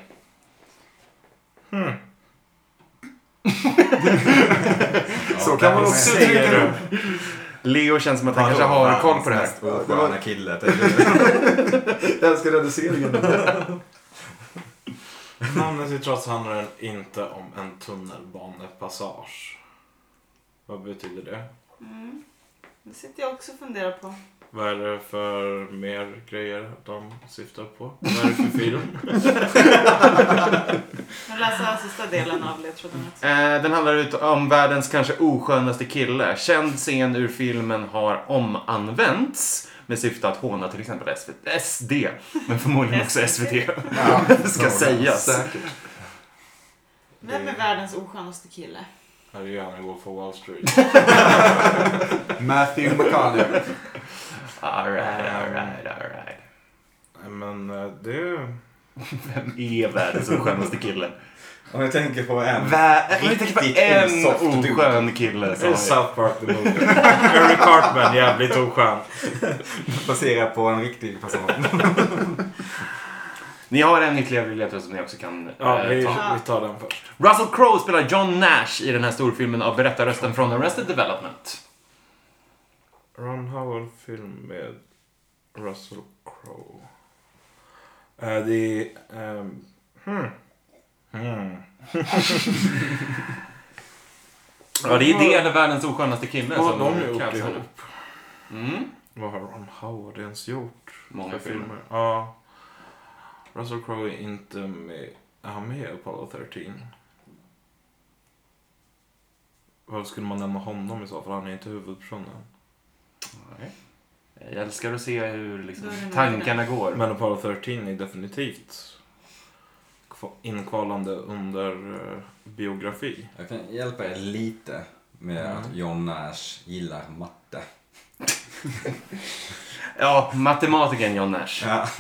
Så kan man också Säger tycka. du? Leo känns som att han kanske har koll på det här. Osköna kille. Jag älskar reduceringen. Namnet i trots handlar inte om en tunnelbanepassage. Vad betyder det? Mm. Det sitter jag också och funderar på. Vad är det för mer grejer de syftar på? Vad är det för film? Jag läser sista delen av ledtråden. Eh, den handlar ut om världens kanske oskönaste kille. Känd scen ur filmen har omanvänts med syfte att håna till exempel S V T, S D, men förmodligen också S V T. Ja, ska sägas. Säkert. Vem är världens oskönaste kille? Här är gärna gå för Wall Street. Matthew McConaughey. All right, all right, all right. Nej, men eh, det är... Vem är världens oskönaste kille? Om jag tänker på en Vä- jag tänker på riktigt en osoft dude. oskön kille. Det är Som South Park the Movie. Eric Cartman, jävligt oskön. baserat på en riktig person. Ni har en ytterligare ledtråd som ni också kan Ja, eh, vi, ta. vi tar den först. Russell Crowe spelar John Nash i den här storfilmen av berättarrösten från Arrested Development. Ron Howard-film med Russell Crowe. Uh, det är... Um, hmm. Hmm. Ja, det är det eller världens oskönaste kille Vad som har de gjort krävs här nu. ihop? Mm. Vad har Ron Howard ens gjort? Många för filmer. Ja. Russell Crowe är inte med... Är han med i Apollo tretton? Vad skulle man nämna honom i så fall? Han är inte huvudpersonen. Nej. Jag älskar att se hur liksom, Då är det nog tankarna går. Men Apollo tretton är definitivt kva- inkvalande under uh, biografi. Jag kan hjälpa er lite med Mm. att John Nash gillar matte. Ja, matematikern John Nash. Ja.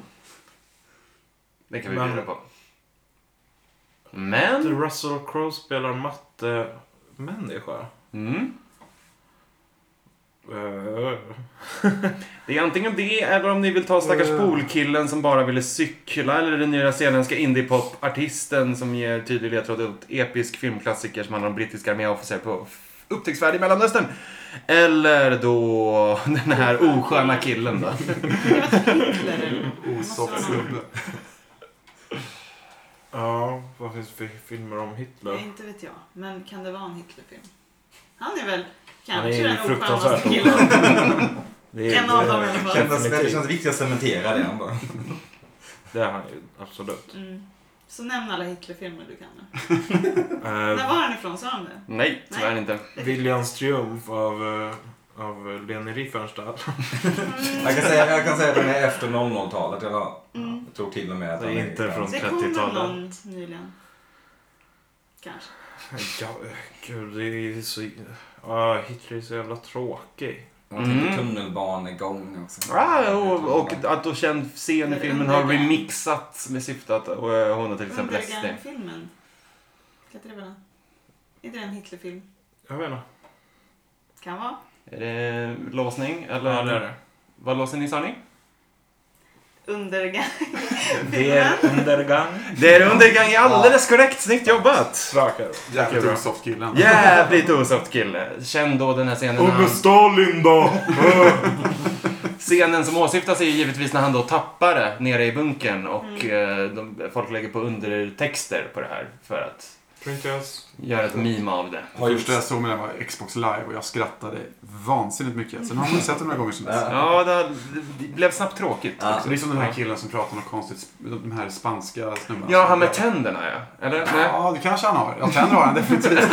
Det kan vi Men- bjuda på. Men... Russell Crowe spelar matte-människa. Mm. Uh, Det är antingen det eller om ni vill ta stackars Mm. poolkillen som bara ville cykla eller den nya zeeländska indiepop-artisten som ger tydlig ledtråd åt episk filmklassiker som handlar om brittiska arméofficer på upptäcktsfärd i Mellanöstern. Eller då den här osköna killen då. Det var Hitler eller? Osoft snubbe. ja, vad finns det för filmer om Hitler? Nej, inte vet jag. Men kan det vara en Hitlerfilm? Han är väl Han kanske är den fruktansvärt oskönaste killen. Det En av dem i alla fall. Kändes, det definitivt. känns viktigt att cementera det ändå. Det är han ju, absolut. Mm. Så nämn alla Hitlerfilmer du kan nu. När Uh, var han ifrån? Sa han det? Nej, tyvärr inte. Viljans triumf av, uh, av Leni Riefenstahl. Jag kan säga, jag kan säga att den är efter noll noll-talet. Jag Mm. tror till och med att Det är den inte från- Det kom väl trettiotalet. någon nyligen. Kanske. Ja, gud, det är så... Uh, Hitler är så jävla tråkig. Jag tänkte Mm. tunnelbanegång också. Ah, och, och att då känd scen i filmen har remixats med syfte att och, uh, hon har till exempel S D. Undergang-filmen. Kan inte det vara den? Är det en Hitlerfilm? Jag vet inte. Kan vara. Är det låsning? Eller Ja, det är det. vad låser ni, sa ni? Undergang. Det är undergång. Det är undergång, alldeles korrekt, snyggt jobbat! Strakare. Jävligt bra. osoft killen. Jävligt osoft kille. Känn då den här scenen. när han, Stalin då? scenen som åsyftas är givetvis när han då tappar det nere i bunkern och eh, de, folk lägger på undertexter på det här för att Tror inte jag... s- göra ett meme av det. Det första jag såg med den var Xbox Live och jag skrattade vansinnigt mycket. Sen har man sett den några gånger sedan dess. Ja, det, det blev snabbt tråkigt. Ja. Så det är som den här killen som pratar något konstigt, de här spanska snubbarna. Ja, han med tänderna, ja. Eller? Nej. Ja, det kanske han har. Ja, tänder har han definitivt.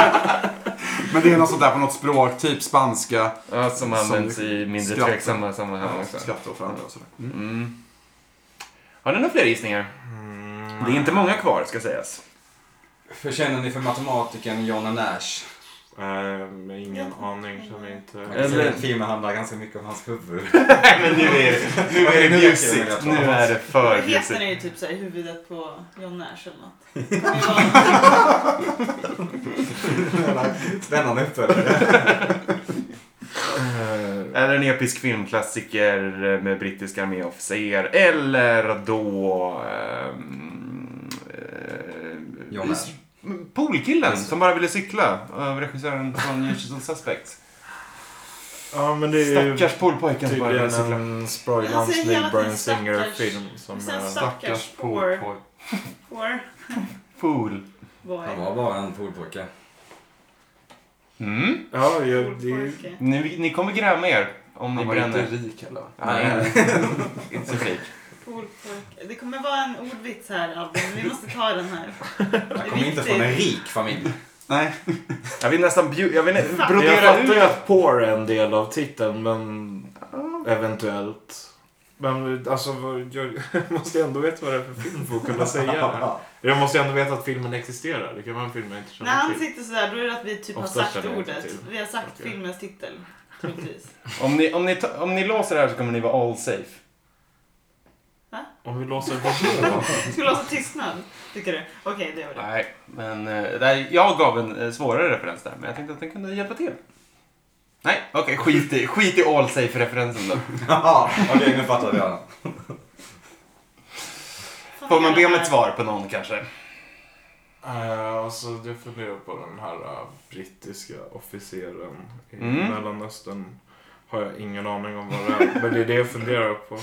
Men det är något sånt där på något språk, typ spanska. Ja, som Som används i mindre skrattar. tveksamma sammanhang också. Skrattar åt varandra och sådär. Mm. Mm. Har ni några fler gissningar? Mm, Det är inte många kvar, ska sägas. Hur känner ni för matematikern John Nash? äh, ingen aning. Känner inte... Eller- Eller... Filmen handlar ganska mycket om hans huvud. Nej, men nu är det, nu är det Nu bjussigt. räcker det, Nu är det för Vad heter bjussigt. den ju typ såhär, huvudet på John Nash eller något. Det kommer ju vara- Spännande uppföljare. Eller en episk filmklassiker med brittiska arméofficer. Eller då... ehm, eh, John Nash. Poolkillen som bara ville cykla. Av regissören från Usual Suspects. Ja, men det är ju Stackars poolpojken som bara ville tydligen cykla. en Han Sproilans säger hela Neil tiden Bryan Singer-film stackars. som... Sen eh, stackars Stackars poor pool. poor Pool. boy. Han var bara en poolpojke. Mm. Ja, ja, det är Poolpojke. Ni, ni kommer gräma er om ni Han var inte bränner. rik heller. Nej, inte så rik. Poolpojke. Det kommer vara en ordvits här Albin, vi måste ta den här. Han kommer inte från en rik familj. Nej. Jag vill nästan bjuda... Jag vill Fan. brodera Jag fattar ju ut... att poor är en del av titeln, men... Ja, Eventuellt. Men alltså, jag måste ändå veta vad det är för film för att kunna säga det. Jag måste ändå veta att filmen existerar. Det kan vara en film jag inte känner När han till. sitter sådär, då är det att vi typ Oftast har sagt känner jag inte ordet. till. Vi har sagt Okej. filmens titel. Troligtvis. Om ni, om, ni, ta- om ni låser det här så kommer ni vara all safe. Om vi låser vad då? Skulle låsa tystnad, tycker du? Okej, det gör det. Nej, men eh, där, jag gav en eh, svårare referens där, men jag tänkte att den kunde hjälpa till. Nej, okej, skit, i, skit i all safe-referensen då. Ja, okej, nu fattar jag. Får man be om ett svar på någon kanske? Uh, alltså, jag funderar på den här uh, brittiska officeren i Mm. Mellanöstern. Har jag ingen aning om vad det är, men det är det jag funderar på.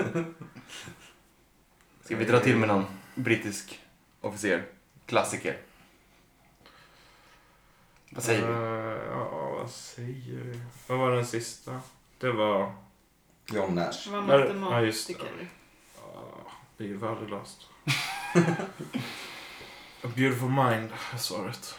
Ska vi dra till med någon brittisk officer? Klassiker. Vad säger vi? Uh, ja, vad säger vi? Vad var den sista? Det var... John Nash. Det var Ja, just det. matematiker. Uh, det är ju värdelöst. A Beautiful Mind är svaret.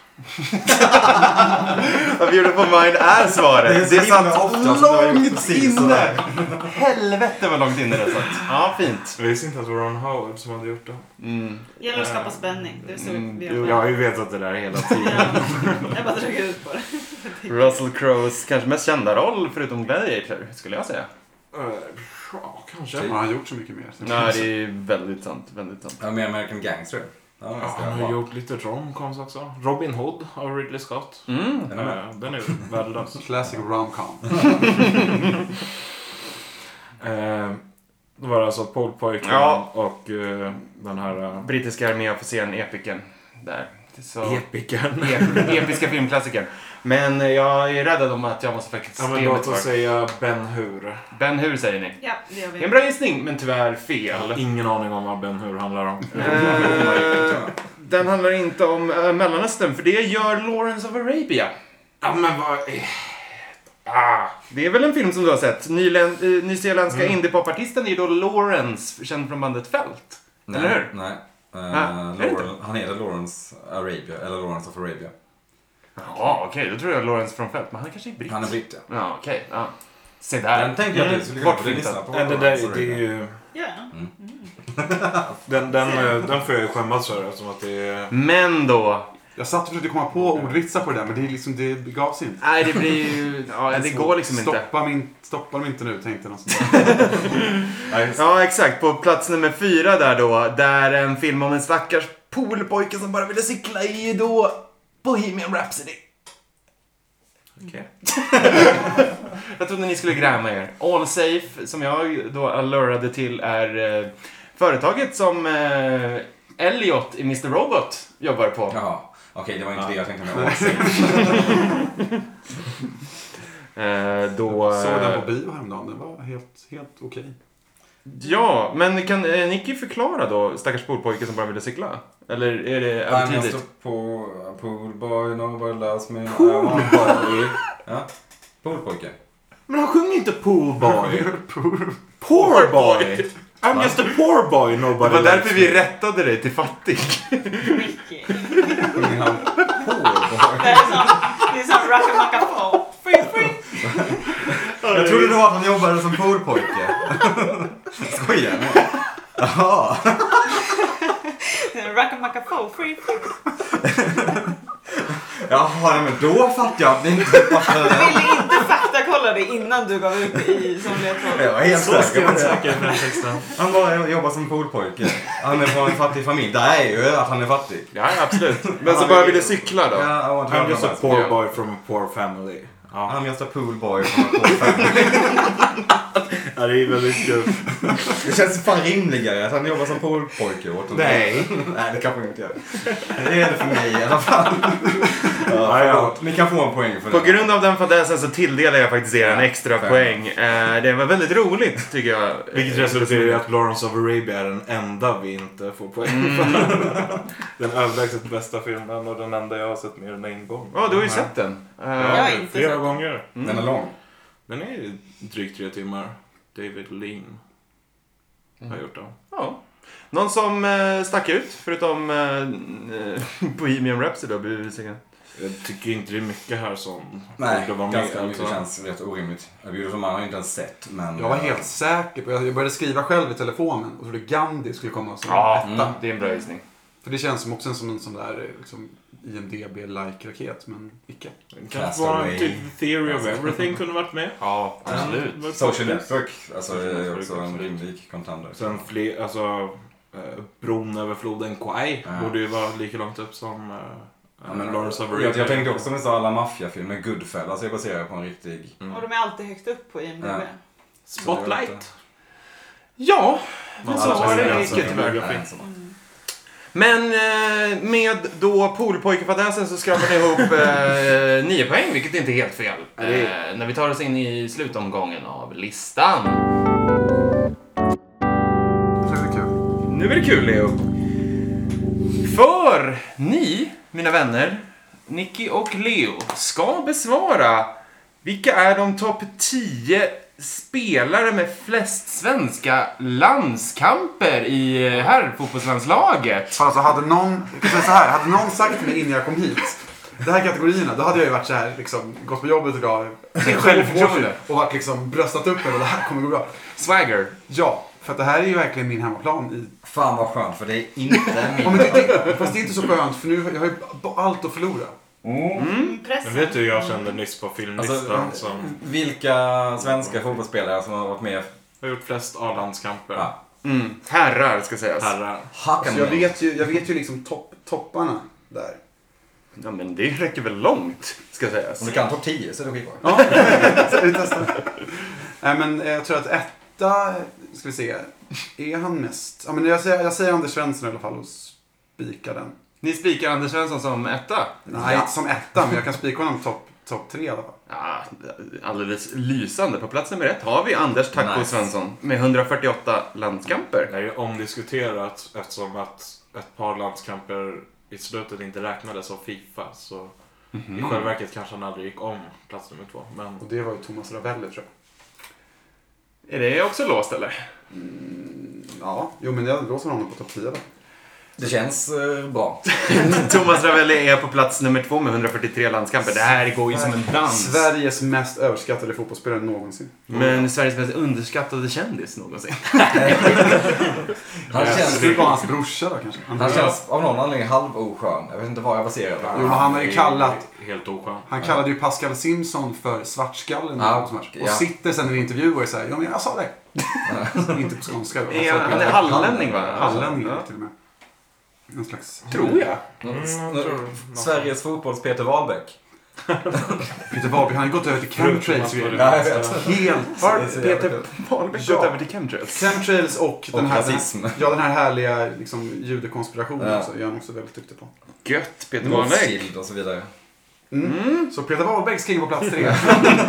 A Beautiful Mind är svaret. Det är Det så himla satt ofta som jag har gjort långt precis inne. sådär. Helvete vad långt inne det satt. Ja, fint. Jag visste inte att det var Ron Howard som hade gjort det. Mm. Det gäller att skapa spänning. Det är så Mm, vi jo, gör. Jag har ju vetat det där hela tiden. Ja, jag bara drog ut på det. Russell Crowes kanske mest kända roll förutom Gladiator, skulle jag säga. Uh, ja, kanske. Har han gjort så mycket mer? Nej, det är väldigt sant. Väldigt sant. Ja, med American Gangster. Ja, Ja, ganska han har bra. gjort lite romcoms också. Robin Hood av Ridley Scott. Mm. Den är med. Uh, den är värdelös. Classic romcom. uh, det var alltså Polpojken Ja. och uh, den här... Uh, Brittiska arméofficeren, epiken. Där. Det är så... Epiken. Ep- episka filmklassiker. Men jag är rädd om att jag måste faktiskt Ja, men ge mig låt ett oss svar. säga Ben Hur. Ben Hur säger ni. Ja, det gör Det är vi. en bra gissning, men tyvärr fel. Ingen aning om vad Ben Hur handlar om. Eh, den handlar inte om uh, Mellanöstern, för det gör Lawrence of Arabia. Ja, men vad... Ah. Det är väl en film som du har sett? Nyland, uh, nyzeeländska Mm. indie-pop-artisten är ju då Lawrence, känd från bandet Fält. Nej, Eller hur? nej. Uh, Ah, är det inte? Lauren, han heter Lawrence Arabia, eller Lawrence of Arabia. Ja, okej, då tror jag Lawrence från Fält, men han kanske är britt. Han är britt, ja. Ja, okej. Ja. Se där. Den tänkte jag att du skulle kunna få bortflyttad. lyssna på. Nej, det, där, det är ju... Ja. Den, den, eh, den får jag ju skämmas för eftersom att det är... Men då... Jag satt och försökte komma på ordvitsar på det där, men det, är liksom, det begav sig inte. Nej, det blir ju... Ja, det går liksom inte. Stoppa, min, stoppa dem inte nu, tänkte jag någonstans. Ja, exakt. På plats nummer fyra där då, där en film om en stackars poolpojke som bara ville cykla i då Bohemian Rhapsody. Okej. Jag trodde ni skulle gräma er. All Safe, som jag då allurade till, är eh, företaget som eh, Elliot i mister Robot jobbar på. Jaha, okej, det var inte Ja. det jag tänkte med. Eh, då... Jag såg den på bio häromdagen, den var helt, helt okej. Ja, men kan eh, Nicky förklara då, stackars poolpojke som bara ville cykla? Eller är det Nej, men jag övertydligt? står på Poolboy, nobody loves me. Poolboy? Ja, Poolpojke. Men han sjunger inte Poolboy. Poor Poor boy. I'm just a poor boy, Det nobody var därför likes vi me. rättade dig till fattig. Ricky. Sjunger han Poolboy? Det är som, det är som Rackamacafo. Free, free. Jag trodde då att han jobbade som poolpojke. Skojar ni? Jaha. Rackamacafo. Free, free. Jaha, men då fattar jag att ni inte fattade Du det. ville inte faktakolla det innan du gav ut det i som ledtråd. Jag var helt Så säker på det. stensäker på den texten. Han bara jobbar som poolpojke. Han är från en fattig familj. Det är ju att han är fattig. Ja, absolut. Men så bara ville cykla då. Ja, I want to I'm just a have poor Ja. boy from a poor family. Ja, I'm just a poolboy from a pool family. ja det är väldigt kul. Det känns fan rimligare att han jobbar som poolpojke åt honom. Nej. Nej, det kanske inte gör. Det är det för mig i alla fall. Ja, ja. Förlåt. Ni kan få en poäng för På det. grund av den fadäsen så tilldelar jag faktiskt er en Ja, extra fem. poäng. Eh, det var väldigt roligt, tycker jag. Vilket resulterar i att Lawrence of Arabia är den enda vi inte får poäng för. Den överlägset bästa filmen och den enda jag har sett mer än en gång. Ja, du har ju sett den. Eh, Jag har Ja, inte flera sett. gånger. Den är lång. Den är drygt tre timmar. David Lean har gjort den. ja. Någon som eh, stack ut, förutom eh, Bohemian Rhapsody då, bevisligen. Jag tycker inte det är mycket här som Nej, borde vara ganska med. mycket Alltså. känns rätt orimligt. Abuse of Man har jag inte ens sett, men... Jag var helt säker på, jag började skriva själv i telefonen och trodde Gandhi skulle komma som Ja, etta. mm, det är en bra gissning. För det känns som också som en sån där liksom, I M D B-like-raket, men icke. Kanske var en typ Theory of Everything kunde varit med. Ja, absolut. Mm. Social Network, alltså det Social är Network, också en absolut. rimlig contender. Sen fler, alltså eh, bron över floden Kwai Ja. borde ju vara lika långt upp som eh, Ja, men, Lawrence of jag, Arabia. jag tänkte också med så alla maffiafilmer, Goodfellas är baserade på en riktig... Mm. Och de är alltid högt upp på I M D B. Ja. Spotlight. Ja, Man så var det alltså, icke tyvärr. Nej, så. Mm. Men eh, med då poolpojkefadäsen så skrapar ni ihop eh, nio poäng, vilket inte är helt fel. Eh, när vi tar oss in i slutomgången av listan. Jag tror det är kul. Nu är det kul, Leo. För ni, mina vänner, Nicky och Leo, ska besvara vilka är de topp tio spelare med flest svenska landskamper i herrfotbollslandslaget. Alltså hade någon, jag kan säga så här, hade någon sagt till mig innan jag kom hit, de här kategorierna, då hade jag ju varit så här, liksom, gått på jobbet idag, självförtroende. och varit liksom bröstat upp mig och det här kommer gå bra. Swagger. Ja, för att det här är ju verkligen min hemmaplan i... Fan vad skönt, för det är inte Ja, min... men det, det, fast det är inte så skönt, för nu jag har ju b- allt att förlora. Mm, pressen. Men vet du hur jag kände nyss på filmlistan Alltså, som vilka svenska fotbollsspelare som har varit med? har gjort flest A-landskamper? Ja. Mm. Herrar, ska sägas. Herrar. Hakan. Så jag vet ju, jag vet ju liksom topp, topparna där. Ja, men det räcker väl långt, ska sägas. Om du kan topp tio så är det skitbra. Ja, så vi testar. Nej, men jag tror att etta, ska vi se, är han mest... Ja, men jag säger, jag säger Anders Svensson i alla fall och spikar den. Ni spikar Anders Svensson som etta. Nej, Ja. inte som etta, men jag kan spika honom topp top tre i alla fall. Ja, alldeles lysande. På plats nummer ett har vi Anders Taco Nice. Svensson med hundrafyrtioåtta landskamper. Det är ju omdiskuterat eftersom att ett par landskamper i slutet inte räknades av FIFA. Så i själva verket kanske han aldrig gick om plats nummer två. Men Och det var ju Thomas Ravelli, tror jag. Är det också låst, eller? Ja, jo men jag låser honom på topp tio då. Det känns eh, bra. Thomas Ravelli är på plats nummer två med hundrafyrtiotre landskamper. Det här går ju som en dans. Sveriges mest överskattade fotbollsspelare någonsin. Men Sveriges mest underskattade kändis någonsin. Han Det känns, skulle vara hans brorsa då kanske. han känns av någon anledning halv oskön. Jag vet inte vad jag baserar det på. Jo, men han har ju kallat... helt oskön. Han kallade ju Pascal Simpson för svartskallen. Ja, och, och ja. sitter sen i en intervju och är så här, ja men jag sa det. Inte på skånska då. Är han, han är hallänning, va? Hallänning Ja. till och med. En slags... Tror jag. Mm, S- jag tror- Sveriges fotbolls Peter Wahlbeck. Peter Wahlbeck, han har gått över till chemtrails. Förutom att- Ja, jag vet. Helt... Har Det är så jävla Peter kul. Wahlbeck Ja. gått över till chemtrails? Chemtrails och, Och den, här, rasism. den, ja, den här härliga liksom, judekonspirationen Ja. också, är han också väldigt duktig på. Gött, Peter Wahlbeck. Rothschild och så vidare. Mm. Så Peter Wahlbeck ska in på plats tre.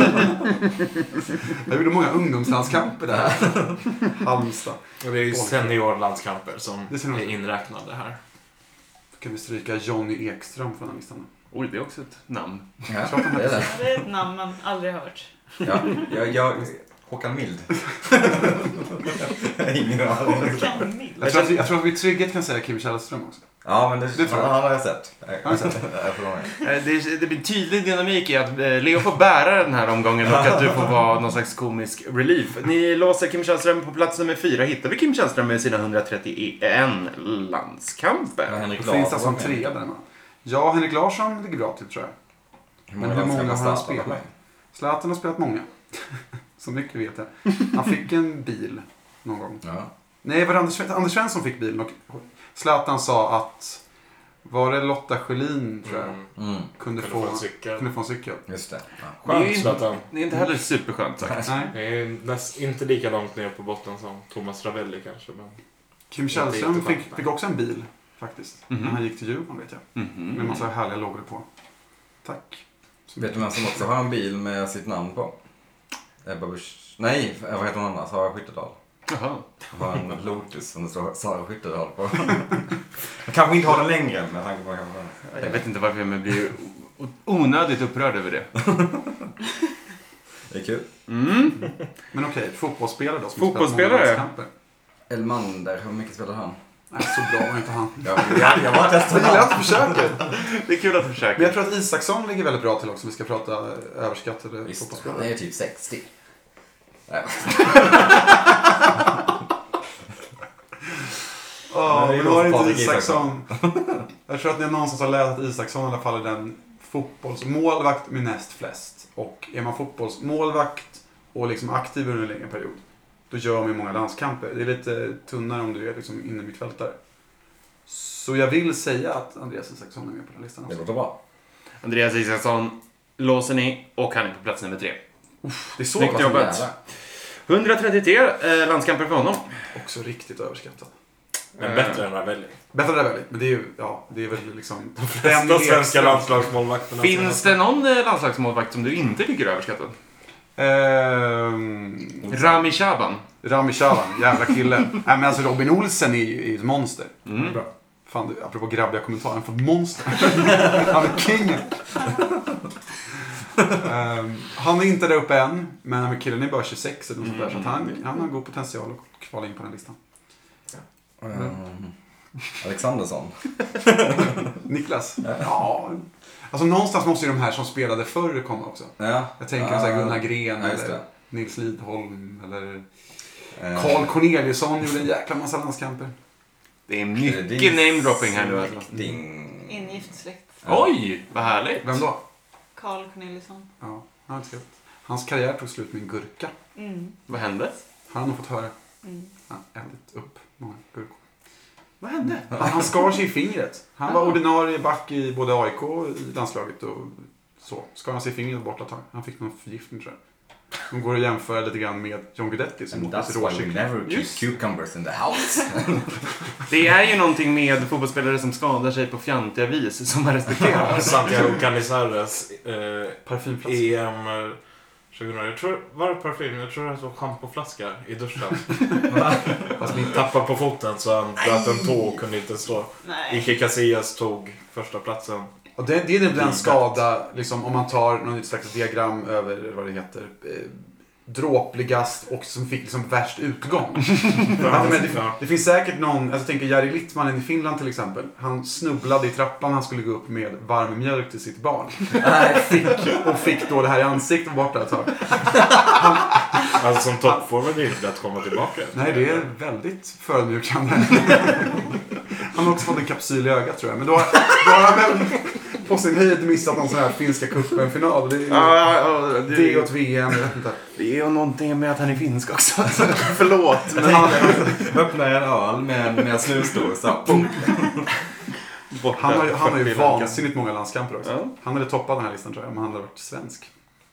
Jag gjorde många ungdomslandskamper där. Halmstad. Och det är ju seniorlandskamper som Det är senior. är inräknade här. Då kan vi stryka Johnny Ekström från den här listan. Oj, det är också ett namn. Ja, det är det. Ja, det är ett namn man aldrig hört. Ja, jag, jag, Håkan Mild. Ingen aning. Håkan Mild. Jag tror, att vi, jag tror att vi i trygghet kan säga Kim Källström också. Ja, men det, Det tror jag. han har jag sett. Har du sett? Jag får vara med. Eh, Det, det blir tydlig dynamik i att eh, Leo får bära den här omgången och att du får vara någon slags komisk relief. Ni låser Kim Källström på plats nummer fyra. Hittar vi Kim Källström med sina hundratrettioen Ja, landskamper? Henrik Det Larsson finns alltså en var med. trea där man. Ja, Henrik Larsson ligger bra till tror jag. Hur Men hur många landskamper har han Zlatan spelat? med? Zlatan har spelat många. Så mycket vet jag. Han fick en bil någon gång. Ja. Nej, var det Anders, Anders Svensson fick bilen och Zlatan sa att var det Lotta Schelin tror jag Mm. Mm, kunde, Kunde få, få en cykel. kunde få en cykel. just det. Ja. Det är Skönt ju- Zlatan. Det är inte heller superskönt sagt. Nej. Det är näst, inte lika långt ner på botten som Thomas Ravelli kanske. Men Kim Källström Inte fick, jätteskönt, fick också en bil faktiskt. Mhm. När han gick till Djurgården vet jag. Med en Mhm. massa härliga loggor på. Tack. Vet du vem som också har en bil med sitt namn på? Ebba Busch... Nej, vad heter hon annars? Sara Skyttedal. Jaha. Har en Lotus som det står Sara Skyttedal på. Jag kanske inte har den längre med tanke på kanske. Jag vet inte varför jag blir o- onödigt upprörd över det. Det är kul. Mm. Men okej, fotbollsspelare då. Som Fotbollsspelare? spelat många landskamper. Elmander, hur mycket spelade han? Nej, så bra var inte han. Jag, jag, jag var Jag gillar att du försöker. Det är kul att du försöker. Men jag tror att Isaksson ligger väldigt bra till också. Vi ska prata överskattade Visst, han fotbollsspelare. är ju typ sextio. Nej. Ja, Men det är men var det nog inte Patrik Isaksson? Jag tror att ni någonstans har läst att Isaksson i alla fall är den fotbollsmålvakt med näst flest. Och är man fotbollsmålvakt och liksom aktiv under en längre period, då gör man ju många landskamper. Det är lite tunnare om du är liksom inne mittfältare. Så jag vill säga att Andreas Isaksson är med på den listan Det också. låter bra. Andreas Isaksson låser ni och han är på plats nummer tre. Uff, det är så Snyggt pass jobbat. Jävlar. hundratrettiotre eh, landskamper för honom. också riktigt överskattat. Men bättre än Ravelli. Bättre än Ravelli, men det är ju, ja, det är väl liksom... Bästa svenska landslagsmålvakterna. Finns det någon eh, landslagsmålvakt som du inte tycker är överskattad? Ehm, Rami Shaban. Rami Shaban, jävla kille. Nej, men alltså Robin Olsen är ju är ett monster. Mm. Bra. Fan, du, apropå grabbiga kommentarer, han får ett monster. Han är kingen. um, han är inte där uppe än, men killen är bara tjugosex eller något sånt där, så att han, han har god potential att kvala in på den listan. Mm. Alexandersson. Niklas? Ja. Alltså någonstans måste ju de här som spelade förr komma också. Ja. Jag tänker Ja, så här Gunnar Gren ja, just eller det. Nils Lidholm eller Eh, Carl Corneliusson gjorde en jäkla massa landskamper. Det är det mycket är namedropping här nu alltså. Ding. Ingift släkt. Oj, vad härligt. Vem då? Carl Corneliusson. Ja, han har inte skrivit. Hans karriär tog slut med en gurka. Mm. Vad hände? Han har nog fått höra. Mm. Han har ätit upp många gurkor. Vad hände? Han, han skar sig i fingret. Han var ordinarie back i både A I K och i landslaget och så. Skar han sig i fingret borta ett tag. Han fick någon förgiftning tror jag. De går att jämföra lite grann med John Guidetti som And åt that's sig why we råkyckling. never keep Just. cucumbers in the house. Det är ju någonting med fotbollsspelare som skadar sig på fjantiga vis som man respekterar. Santiago Canizares eh, Parfymflaska. E M eh, tjugohundra. Jag tror, var det parfym? Jag tror det var schampoflaska i duschen. Fast ni tappade på foten så han bröt en tå och kunde inte stå. Nej. Ike Casillas tog första platsen. Och det, det är den skada, liksom, om man tar något slags diagram över vad det heter, eh, dråpligast och som fick liksom värst utgång. Ja, men det, det finns säkert någon, alltså jag tänker Jari Littmanen i Finland till exempel. Han snubblade i trappan, han skulle gå upp med varm mjölk till sitt barn. fick, och fick då det här i ansiktet borta ett tag. Han, Alltså som toppforward är det inte att komma tillbaka. nej, det är väldigt förödmjukande. Han har också fått en kapsyl i ögat tror jag. Men då, då har han väl på sin höjd missat någon sån här finska cupen-final. Det är ju Ja, ja, ja, det är åt V M, jag vet inte. Det är ju någonting med att han är finsk också. Förlåt. Men Men han, han öppnar en öl med, med snusdosa. borta Han har, ju- han har ju fyrtio lanka. vansinnigt många landskamper också. Ja. Han hade toppat den här listan tror jag, om han hade varit svensk.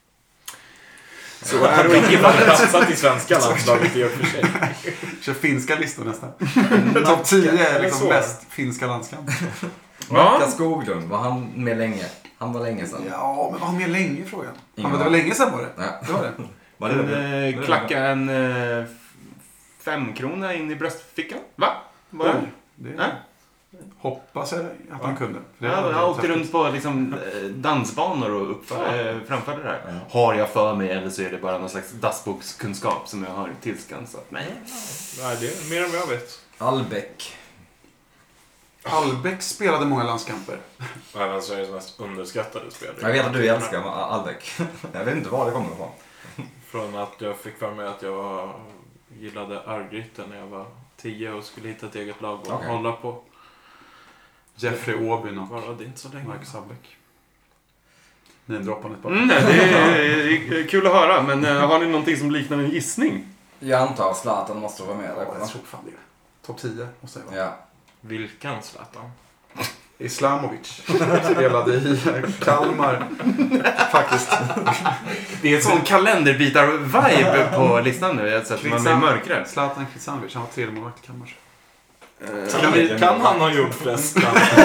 Så är det Icke var platsat i svenska landslaget i och för sig. Kör finska listor nästan. Topp tio är liksom så. bäst finska landskamper. Nacka Skoglund, var han med länge? Han var länge sedan. Ja, men var han med länge i frågan? Ingen Han var det var länge sedan var det? Ja. Det var det. Var En, det eh, klacka en eh, femkrona in i bröstfickan. Va? Var det? Oj, det Nej. hoppas jag att han kunde. För det Ja, hade jag varit åkte häftigt. runt på liksom, eh, dansbanor och upp, eh, framförde det här. Ja. Har jag för mig eller så är det bara någon slags dassbokskunskap som jag har tillskansat mig. Nej, det är mer än vad jag vet. Albeck. Albeck spelade många landskamper. Han är Sveriges mest underskattade spelare. Jag vet att du älskar Albeck. Jag vet inte var det kommer ifrån. Från att jag fick för mig att jag gillade Örgryte när jag var tio och skulle hitta ett eget lag och Okej. hålla på. Jeffrey Aubyn och Var det inte så länge. Marcus Albeck. Namedroppandet bara. Mm, det är kul att höra, men eh, har ni någonting som liknar en gissning? Jag antar Zlatan måste vara med där. Ja, jag tror fan det. Topp tio måste jag vara. Ja. Vilken Zlatan? Islamovic spelade i Kalmar faktiskt. Det är en sån kalenderbitar-vibe på listan nu, så att man blir mörkare. Zlatan Kristanovic, han var tredje målvakt i Kalmar. Kan, vi, kan han ha gjort flest?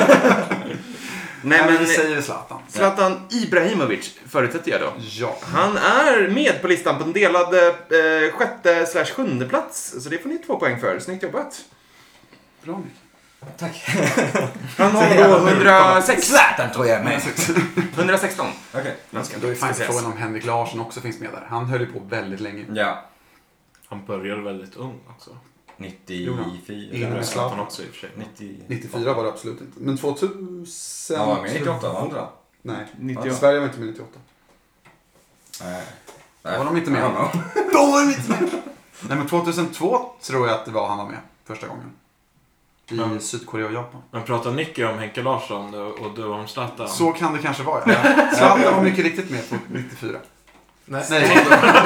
Nej, men men vi säger Zlatan. Zlatan Ibrahimovic förutsätter jag då. Ja. Han är med på listan på en delad eh, sjätte slash sjunde plats. Så det får ni två poäng för. Snyggt jobbat. Bra Micke. Tack. Han har då hundrasex. Zlatan tror jag är med. hundrasexton. Okej. Då är fan frågan om Henrik Larsson också finns med där. Han höll ju på väldigt länge. Ja. Han började väldigt ung också. nittiofyra. Yngre Zlatan. Han också i och för sig. nittio nittiofyra var det absolut inte. Men tvåtusen... Ja, men nittioåtta var andra. Nej, nittioåtta. Sverige var inte med nittioåtta. Nej. Då var de inte med. Då var de inte med! Nej, men tvåtusentvå tror jag att det var han var med första gången. I Ja. Sydkorea och Japan. Men pratar Nicky om Henke Larsson och du om Zlatan? Så kan det kanske vara, ja. Zlatan var mycket riktigt med på nittiofyra. Nej. Nej.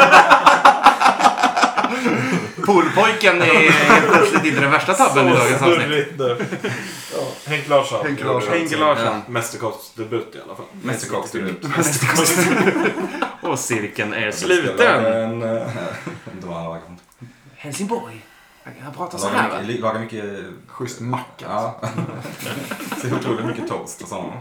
Poolpojken är helt plötsligt inte den värsta tabben i dagens avsnitt. snurrigt nu. Ja. Henke Larsson. Henke Larsson. Henke Larsson. Mästerkoppsdebut i alla fall. Mästerkoppsdebut. Och cirkeln är Jag sluten. en... äh, Inte vad han lagar. Helsingborg. Han pratar så Han här lagar va? mycket, lagar mycket... Schysst macka. Ja. Så otroligt mycket toast och sånt.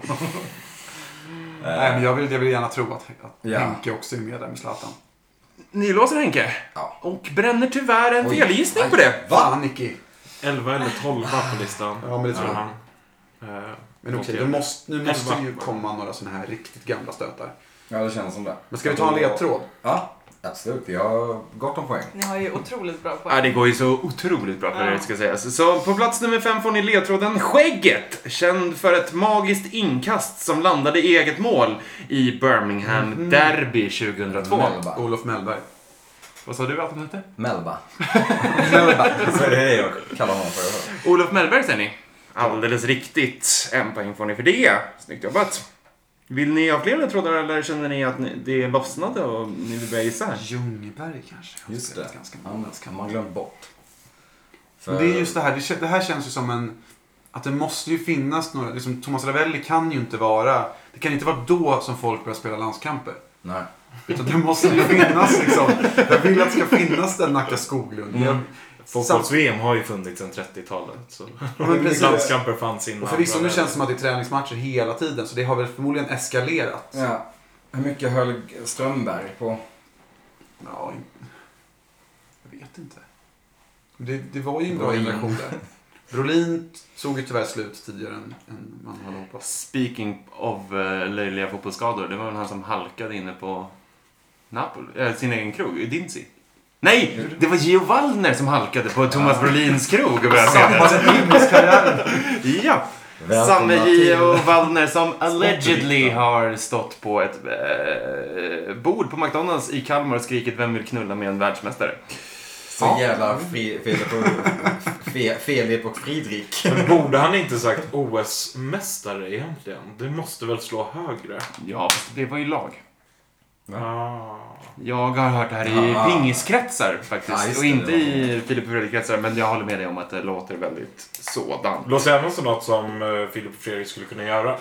Nej, men jag vill, jag vill gärna tro att, att Ja. Henke också är med där med Zlatan. Ni låser Henke. Ja. Och bränner tyvärr en Oj. felgissning på det. Fan, Nicky. elva eller tolv på listan. Ja, men det tror jag. Ja. Eh, Men okej, okej. det måste, nu måste Elva. det ju komma några såna här riktigt gamla stötar. Ja, det känns som det. Men ska vi ta en ledtråd? Ja, absolut. Vi har gott om poäng. Ni har ju otroligt bra Ja, poäng. det går ju så otroligt bra för Ja. er ska sägas. Så på plats nummer fem får ni ledtråden Skägget. Känd för ett magiskt inkast som landade i eget mål i Birmingham Derby tjugohundratvå. Melba. Olof Mellberg. Vad sa du att han hette? Melba. Melba. Så är det jag kallar honom för. Olof Mellberg säger ni. Alldeles riktigt. En poäng får ni för det. Snyggt jobbat. Vill ni ha fler ledtrådar eller känner ni att ni, det lossnade och ni vill börja gissa här? Ljungberg kanske. Jag har Just spelat det. Ganska Han många. har man glömt bort. Men det är just det här. Det, kä- det här känns ju som en... Att det måste ju finnas några... Liksom, Thomas Ravelli kan ju inte vara... Det kan inte vara då som folk börjar spela landskamper. Nej. Utan det måste ju finnas liksom. Jag vill att det ska finnas den Nacka Skoglund. Mm. Jag- Fotbolls-V M har ju funnits sedan trettiotalet. Så. men precis. Landskamper fanns innan. Och förvisso nu känns det som att det är träningsmatcher hela tiden. Så det har väl förmodligen eskalerat. Ja. Hur mycket höll Strömberg på? Ja, in- jag vet inte. Det, det var ju en bra Brolin. generation där. Brolin såg ju tyvärr slut tidigare än, än man hade hoppats. Speaking of uh, löjliga fotbollsskador. Det var väl han som halkade inne på Napoli, äh, sin egen krog, i Dincy. Nej, det var Gio Wallner som halkade på Thomas Brolins krog. Och började Idrottskarriären. Ja, Välkomna samme Gio till- Wallner som allegedly har stått på ett eh, bord på McDonalds i Kalmar och skrikit vem vill knulla med en världsmästare. Så Ja. jävla fri, Filip och, Fe- Filip och Fridrik. Men borde han inte sagt O S-mästare egentligen? Det måste väl slå högre? Ja, fast det var ju lag. Ah. Jag har hört det här i Ah. pingiskretsar faktiskt. Ja, just och det, inte det var- i Filip och Fredrik-kretsar. Men jag håller med dig om att det låter väldigt sådant. Låter ändå som något som eh, Filip och Fredrik skulle kunna göra.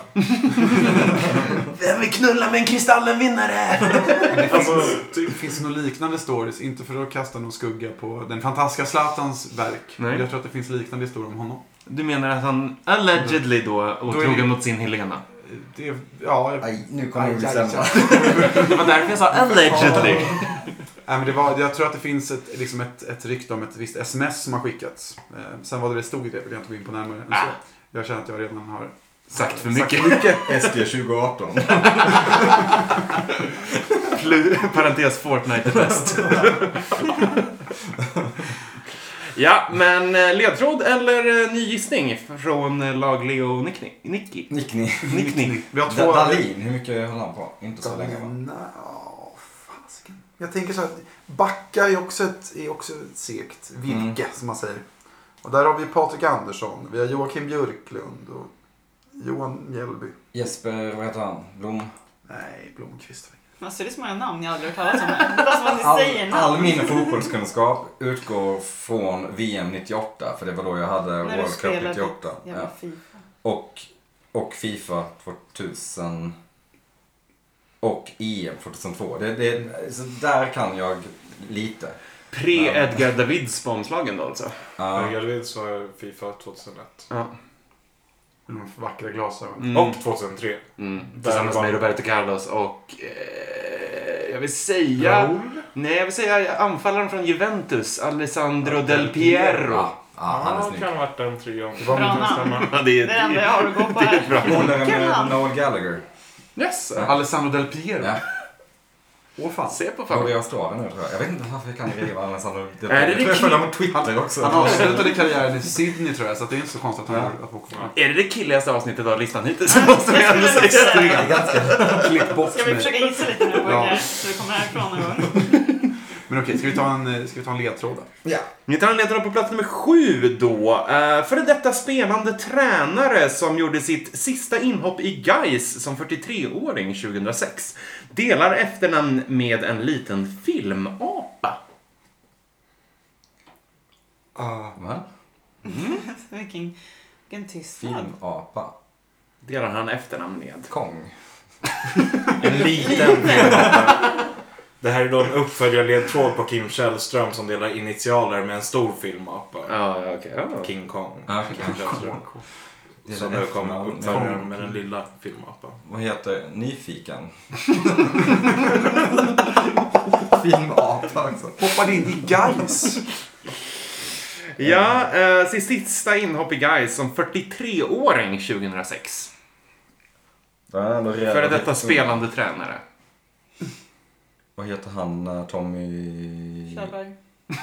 Vem vill knulla med en Kristallen-vinnare? Alltså, Det typ. finns nog liknande stories. Inte för att kasta någon skugga på den fantastiska Zlatans verk. Nej. Men jag tror att det finns liknande historier om honom. Du menar att han allegedly då Då är otrogen det- mot sin Helena? Det, ja, jag, Aj, nu kommer Aj, vi aj, bestämma. aj. Det var därför jag sa allegedly. Nej, men det var, jag tror att det finns ett, liksom ett, ett rykte om ett visst sms som har skickats. Eh, sen vad det stod i det vill jag inte gå in på närmare än så. Ah. Jag känner att jag redan har Sagt för mycket. mycket. S D tjugo arton. Plu- Parentes Fortnite är bäst. Ja, men eh, ledtråd eller eh, ny gissning från eh, lag Leo Nickny? Nicky? Nickni. Nickny. Vi har två... Da- Dalin, hur mycket höll han på? Inte så länge va? Nej, åh, fasiken. Jag tänker så här, backa är också ett, är också ett segt virke Mm. som man säger. Och där har vi Patrik Andersson, vi har Joakim Björklund och Johan Mjällby. Jesper, vad heter han? Blom? Nej, Blomqvist. Alltså, det är så många namn jag aldrig hört talas om. Det är bara som att ni All, säger namn. all min fotbollskunskap utgår från V M nittioåtta. För det var då jag hade När du World Cup spelade nittioåtta. Jävla Ja. FIFA. Och, och Fifa tvåtusen. Och E M tvåtusentvå. Det, det, så där kan jag lite. Pre-Edgar Davids på omslagen då alltså. Ja. Galvids var Fifa tjugohundraett. Ja. Med de vackra glasögon. Mm. Och tjugohundratre. Mm. Tillsammans med Roberto Carlos och eh, jag vill säga... Raúl? Nej, jag vill säga anfallaren från Juventus, Alessandro Del Piero. Ja, ja, han är Ja, snygg. kan ha varit den trion. Det var Bra min namn. Ja, det, Det är det enda jag har att gå på det är här. bra. Polare Kan med han? Noel Gallagher. Yes. Ja. Alessandro Del Piero. Ja. Åh fan. Se på Borde fan. jag stå där nu tror jag. Jag vet inte varför jag kan riva Alessandro. Det, Är det jag tror jag det följer honom på Twitter också. Han avslutade karriären i Sydney tror jag, så det är inte så konstigt att han Ja. har att få kvar. Är det det killigaste avsnittet av listan hittills? Så måste vi ändå säga extremt. Klipp bort Ska vi mig. försöka gissa lite nu pojkar? Ja. Så vi kommer härifrån någon gång. Men okej, ska vi ta en, ska vi ta en ledtråd då? Ja. Vi tar en ledtråd på plats nummer sju då. Uh, för detta spelande tränare som gjorde sitt sista inhopp i Gais som fyrtiotre-åring tjugohundrasex delar efternamn med en liten filmapa. Va? Vilken, vilken tystnad. Filmapa. Delar han efternamn med. Kong. En liten filmapa. Det här är då en uppföljarledtråd på Kim Källström som delar initialer med en stor filmapa. Ja, okej. Okay. Ja. King Kong. Ja, Kim King Källström. Det är Så det nu kommer efternamn. uppföljaren med den lilla filmapan. Vad heter Nyfiken? Filmapa också. Hoppade in i Gais. Ja, uh, sitt sista inhopp i Gais som fyrtiotre-åring tjugohundrasex. För detta spelande tränare. Vad heter han, eh, Tommy... Körberg.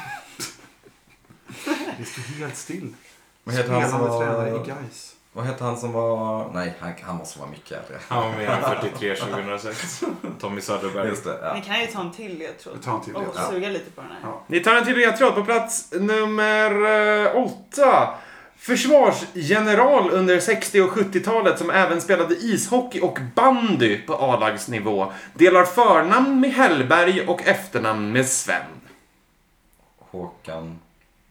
Det står helt still. Vad heter han som Spelande tränare var... i Gais. Vad heter han som var... Nej, han, han måste vara mycket äldre. Han var med fyrtiotre tjugohundrasex. Tommy Söderberg. Just det, ja. Ni kan ju ta en till ledtråd. Vi tar en till Och ledtråd. suga lite på den här. Ja. Ni tar en till ledtråd på plats nummer eh, åtta. Försvarsgeneral under sextio- och sjuttiotalet som även spelade ishockey och bandy på A-lagsnivå. Delar förnamn med Hellberg och efternamn med Sven. Håkan...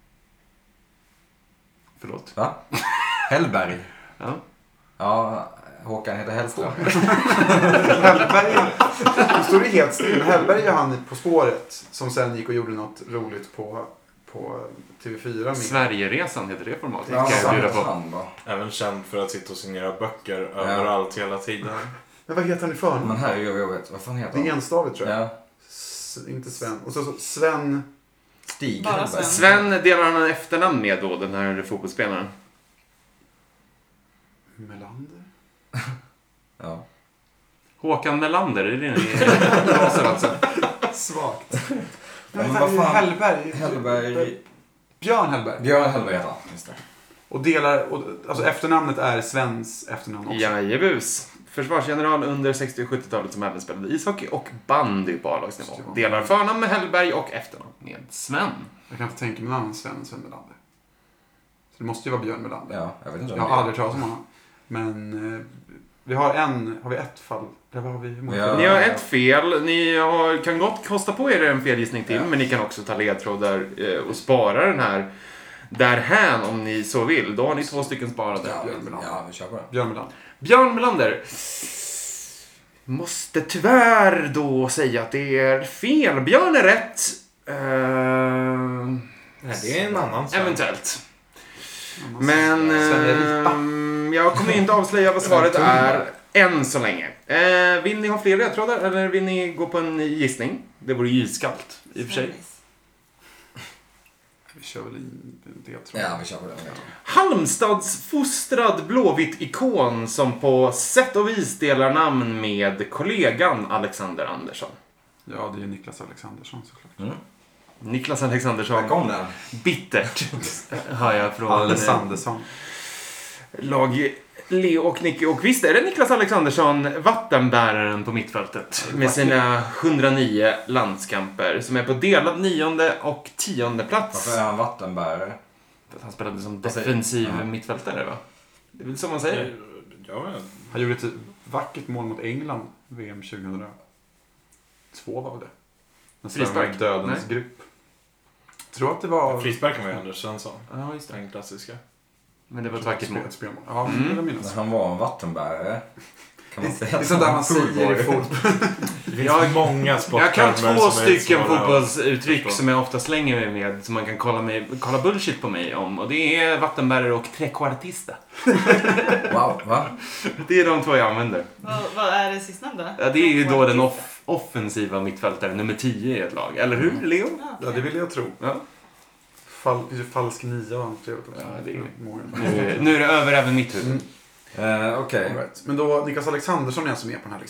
Förlåt. Va? Hellberg. Ja. Ja, Håkan heter Hellström. Hellberg, nu står det helt still. Hellberg är han På spåret som sen gick och gjorde något roligt på, på T V fyra. Med. Sverigeresan heter det formatet. Ja, Kan jag bjuda sant, på. han då. Även känd för att sitta och signera böcker överallt hela tiden. Men vad heter han i förnamn? Men herregud, jag vet. Vad fan heter Det är han? enstavigt tror jag. Ja. S- inte Sven. Och så, så Sven... Stig Bara Hellberg. Sven. Sven delar han en efternamn med då, den här fotbollsspelaren. Melander? Ja. Håkan Melander, är det det ni läser alltså? Svagt. Men vad fan? Hellberg. Hellberg... Björn Hellberg. Björn Hellberg heter han. Just det. Och delar... Och, alltså efternamnet är Svens efternamn också. Jajebus. Försvarsgeneral under sextio- och sjuttiotalet som även spelade ishockey och bandy på A-lagsnivå. Delar förnamn med Hellberg och efternamn med Sven. Jag kan inte tänka mig någon annan Sven än Sven Melander. Så det måste ju vara Björn Melander. Ja, jag vet inte Jag om har det aldrig talat om honom. Men eh, vi har en... Har vi ett fall? Eller vad har vi? Hur många Ja. fall? Ni har ett fel. Ni har, kan gott kosta på er en felgissning till, Ja. men ni kan också ta ledtrådar eh, och spara den här därhän om ni så vill. Då har ni två stycken sparade. Ja, Björn Melander. ja, vi kör på det. Björn Melander. Björn Melander. Måste tyvärr då säga att det är fel. Björn är rätt. Uh, Nej, det är en annan Sven. eventuellt. Annan Men Sven Ripa. ehm, jag kommer inte avslöja vad svaret är än så länge. Eh, vill ni ha fler ledtrådar eller vill ni gå på en gissning? Det vore ju iskallt i och för sig. Svennis. Vi kör väl i det tror Ja, vi kör på det. Halmstads fostrad blåvitt ikon som på sätt och vis delar namn med kollegan Alexander Andersson. Ja, det är ju Niklas Alexandersson såklart. Mm. Niklas Alexandersson. Där kom den. Bittert, hör jag från Alexandersson. lag Leo och Nicky. Och visst är det Niklas Alexandersson, vattenbäraren på mittfältet. Med sina hundranio landskamper som är på delad nionde och tionde plats. Varför är han vattenbärare? Han spelade som defensiv Ja. mittfältare, va? Det är väl som man säger. Ja, men Han gjorde ett vackert mål mot England V M tjugohundratvå var det. En Frispark? dödens Nej. grupp. Jag tror att det var... frisparken var ju Anders Svensson. Ja, just det. Den klassiska. Men det var ett vackert mål. Ett spelmål. Ja, Mm. det vill jag minnas. Men han var en vattenbärare. Kan man säga Det är sånt där man säger i fotboll? fotboll. Det finns Jag- många Jag sporttermer kan två som är stycken svåra att fotbollsuttryck förstå. som jag ofta slänger mig med som man kan kolla, mig, kolla bullshit på mig om. Och det är vattenbärare och trequartista. Wow, va? Det är de två jag använder. Vad, vad är det sistnämnda? Ja, det är ju då den off- offensiva mittfältaren nummer tio i ett lag. Eller hur, Leo? Ja, det vill jag tro. Ja. Fall, det finns ju falsk nia och allt trevligt också. Ja, det är- Många. Nu, nu är det över även mitt huvud. Mm. Eh, Okej. All right. Men då, Niklas Alexandersson är alltså med på den här listan.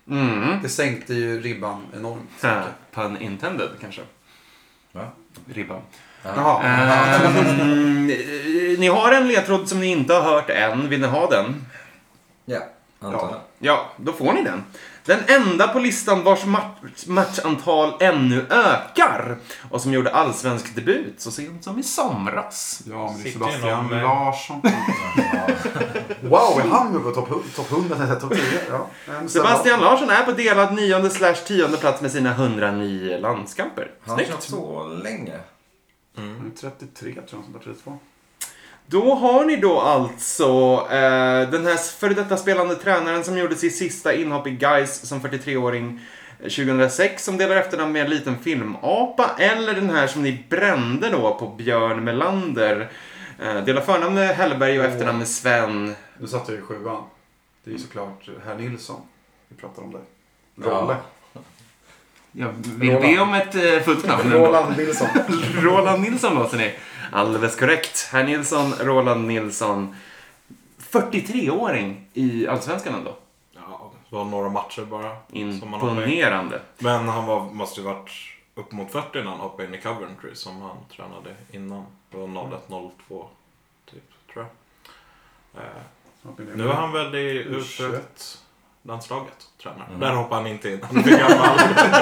Mm. Det sänkte ju ribban enormt. Ja, pun intended kanske. Va? Ribban. Jaha. Ehm, ni har en ledtråd som ni inte har hört än. Vill ni ha den? Ja, antar jag. Ja, då får ni den. Den enda på listan vars match, matchantal ännu ökar och som gjorde allsvensk debut så sent som i somras. Ja, men det är Sitter Sebastian inom, eh, Larsson. Wow, är han nu på topp top hundra? Topp tio? Ja. Sebastian Larsson är på delad nionde slash tionde plats med sina hundranio landskamper. Han har Snyggt. kört så länge. Han är trettiotre tror jag, som tar trettiotvå. Då har ni då alltså eh, den här före detta spelande tränaren som gjorde sitt sista inhopp i Gais som fyrtiotreåring tjugohundrasex som delar efternamn med en liten filmapa, eller den här som ni brände då på Björn Melander. Eh, delar förnamn med Hellberg och efternamn med Sven. Nu satt jag i sjuan. Det är ju såklart herr Nilsson. Vi pratar om det. Ja. Rolle. Jag vill be om ett eh, fullt namn. Roland Nilsson. Roland Nilsson låter ni. Alldeles korrekt. Herr Nilsson, Roland Nilsson. fyrtiotreåring i Allsvenskan ändå. Ja, det var några matcher bara. som man hoppade in. Imponerande. Men han var, måste ju varit upp mot fyrtio när han hoppade in i Coventry som han tränade innan. Det var noll ett noll två typ, tror jag. Eh, nu är han väl i U tjugoett landslaget tränar. Mm. Där hoppar han inte in. Han är för gammal.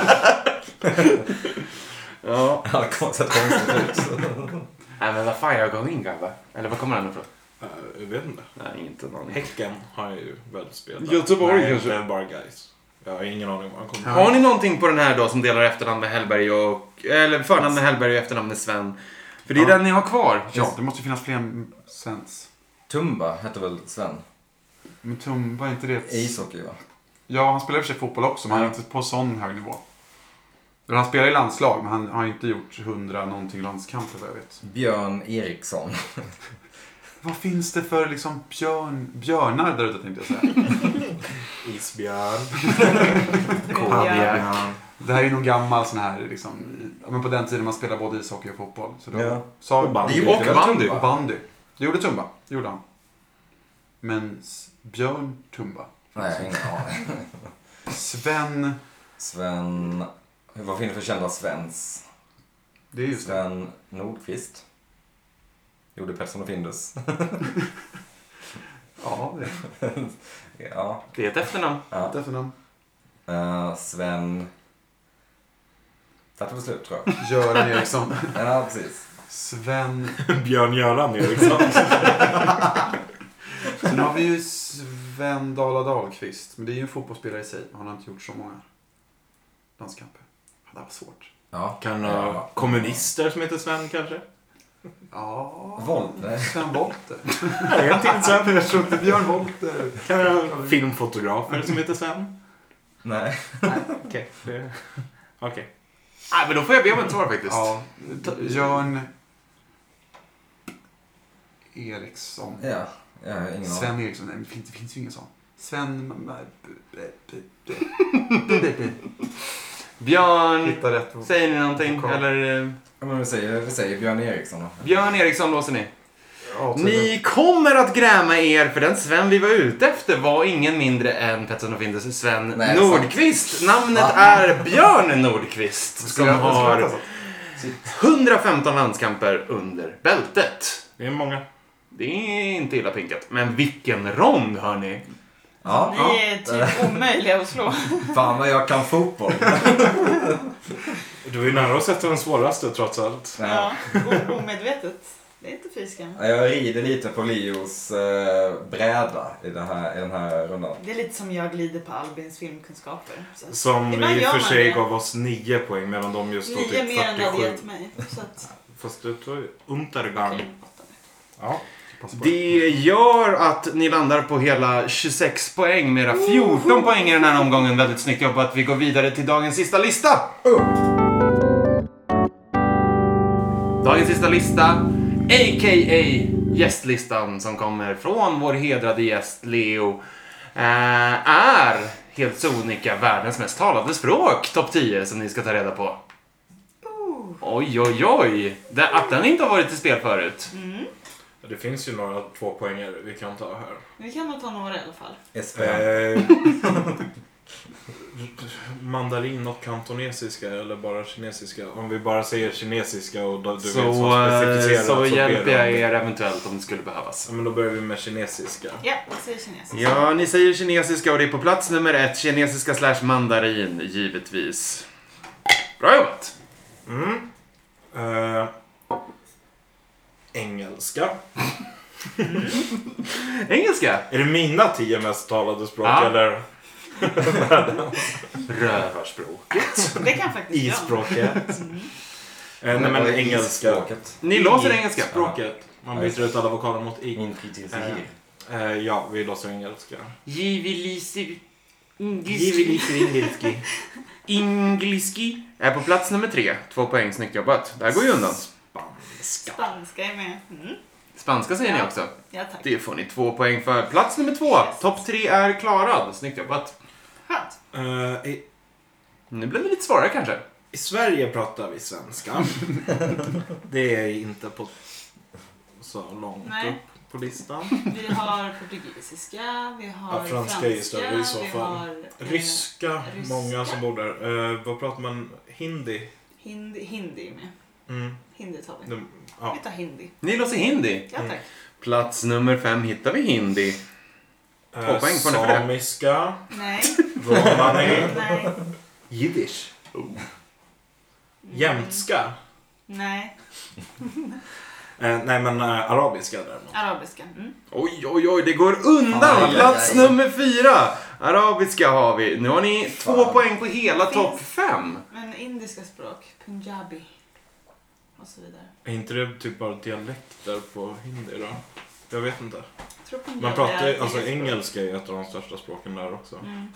Ja. Han kommer sett konstigt ut. Nej men vad fan, jag går in grabbar. Eller vad kommer han ifrån? Eh, jag vet inte. Nej, inte någon aning. Häcken har ju väl spelat. Göteborg Nej, kanske? det är bara guys. Jag har ingen aning om vad han kommer. Har ni någonting på den här då som delar efternamn med Hellberg och... Eller förnamn med Hellberg och efternamn med Sven? För det är Ja. den ni har kvar. Ja, det måste ju finnas fler Svens. Tumba hette väl Sven? Men Tumba, är inte det... Ishockey va? Ja, han spelar i och för sig fotboll också, men han är inte på sån hög nivå. Han spelar i landslag, men han har inte gjort hundra någonting landskamper vad jag vet. Björn Eriksson. Vad finns det för liksom björn, björnar där ute tänkte jag säga. Isbjörn. Kaviar. Det här är ju någon gammal sån här liksom, ja, men på den tiden man spelade både ishockey och fotboll. Så då Ja. sa Och bandy. Det Och gjorde väl bandy. Tumba? och bandy. Det gjorde Tumba, det gjorde han. Men S- Björn Tumba. Nej, ingen aning. Sven, Sven... Vad finns det för kända Svens? det är ju Sven. Sven Nordqvist. Gjorde Persson och Findus. Ja, det är Ja. Det är ett efternamn. ja. ett efternamn. Uh, Sven... Fattar på slut tror jag. Göran Eriksson. Ja, precis. Sven. Björn-Göran Eriksson. Sen har vi ju Sven Dala Dahlqvist. Men det är ju en fotbollsspelare i sig. Han har inte gjort så många landskamper. Det här var svårt. Ja. Kan ha kommunister som heter Sven kanske? Ja. Volter. Sven Volter. En till Sven. Jag tror inte Björn Volter. Kan det ha filmfotografer som heter Sven? Nej. Okej. Okay. Okay. Nej, men då får jag be om ett svar faktiskt. Ja. Björn Eriksson. Ja, jag har ingen aning. Sven Eriksson. Nej, det finns, det finns ju ingen sån. Sven... Björn, Hitta rätt. säger ni någonting? Okej. Eller... eh, Ja, men vi säger, vi säger Björn Eriksson då. Björn Eriksson låser ni. Ja, Ni kommer att gräma er för den Sven vi var ute efter var ingen mindre än Pettersson och Findus Sven Nej, Nordqvist. Namnet Va? är Björn Nordqvist som jag- har hundrafemton landskamper under bältet. Det är många. Det är inte illa pinkat. Men vilken rond hörni. Ja. Ni är typ omöjliga att slå. Fan vad jag kan fotboll. Du är ju nära att sätta den svåraste trots allt. Ja. Ja, o- omedvetet. Det är inte fysiskan. Jag rider lite på Leos eh, bräda i den här, i den här rundan. Det är lite som jag glider på Albins filmkunskaper. Så. Som Ibland i gör och för man sig det. gav oss nio poäng medan de just stod Nio typ mer än det hade fyrtiosju. gett mig. Så att, Fast du tog ju Untergang. okej, åtta. Ja. Det gör att ni landar på hela tjugosex poäng med era fjorton poäng i den här omgången. Väldigt snyggt jobbat. Vi går vidare till dagens sista lista. Dagens sista lista, a k a gästlistan som kommer från vår hedrade gäst Leo, eh, är helt sonika världens mest talade språk, topp tio, som ni ska ta reda på. Oj, oj, oj. Det, att den inte har varit i spel förut. Mm. Det finns ju några två poänger vi kan ta här. Vi kan nog ta några i alla fall. Esperanto. Eh, mandarin och kantonesiska eller bara kinesiska? Om vi bara säger kinesiska och då, du Så, vet så specificerat så, så hjälper jag er. er eventuellt om det skulle behövas. Ja, men då börjar vi med kinesiska. Ja, jag säger kinesiska. Ja, ni säger kinesiska och det är på plats nummer ett. Kinesiska slash mandarin, givetvis. Bra jobbat! Mm. Uh, engelska. Mm. Engelska? Är det mina tio mest talade språk Ja. eller? Rövarspråket. Det kan faktiskt jag. I-språket. Mm. Eh, nej men engelska. Språket. Ni låser I- engelska. Språket. Man byter ut alla vokaler mot i. Inflytelse Eh, här. eh, ja, vi låser engelska. Givilisi... engelski. Engliski är på plats nummer tre. Två poäng, snyggt jobbat. Där går ju undan. Spanska. Spanska är med. Mm. Spanska säger ni Ja. också. Ja, tack. Det får ni två poäng för. Plats nummer två. Yes. Topp tre är klarad. Snyggt jobbat. Skönt. Eh, i, Nu blir det lite svårare kanske. I Sverige pratar vi svenska. Det är inte på så långt Nej. upp på listan. Vi har portugisiska, vi har Ja, franska är ju större i så vi fall. har eh, Ryska, ryska. många som bor där. Eh, vad pratar man? Hindi? hindi, hindi är med. Mm. Hindi tar vi. De, ja. Vi tar hindi. Ni låser hindi. Ja, tack. Plats nummer fem hittar vi hindi. Två Eh, poäng får ni för det. Samiska, Nej. romani, Nej. jiddisch, Mm. jämtska. Nej. Eh, nej men eh, arabiska däremot. Arabiska. Mm. Oj, oj, oj, det går undan. Aj, aj, Plats aj. nummer fyra. Arabiska har vi. Nu har ni två Fan. poäng på hela Finns- topp fem. Men indiska språk, punjabi och så vidare. Är inte det typ bara dialekter på hindi då? Jag vet inte. Jag tror punjabi Man pratar ju, är alltså ett eget språk. engelska är ett av de största språken där också. Mm.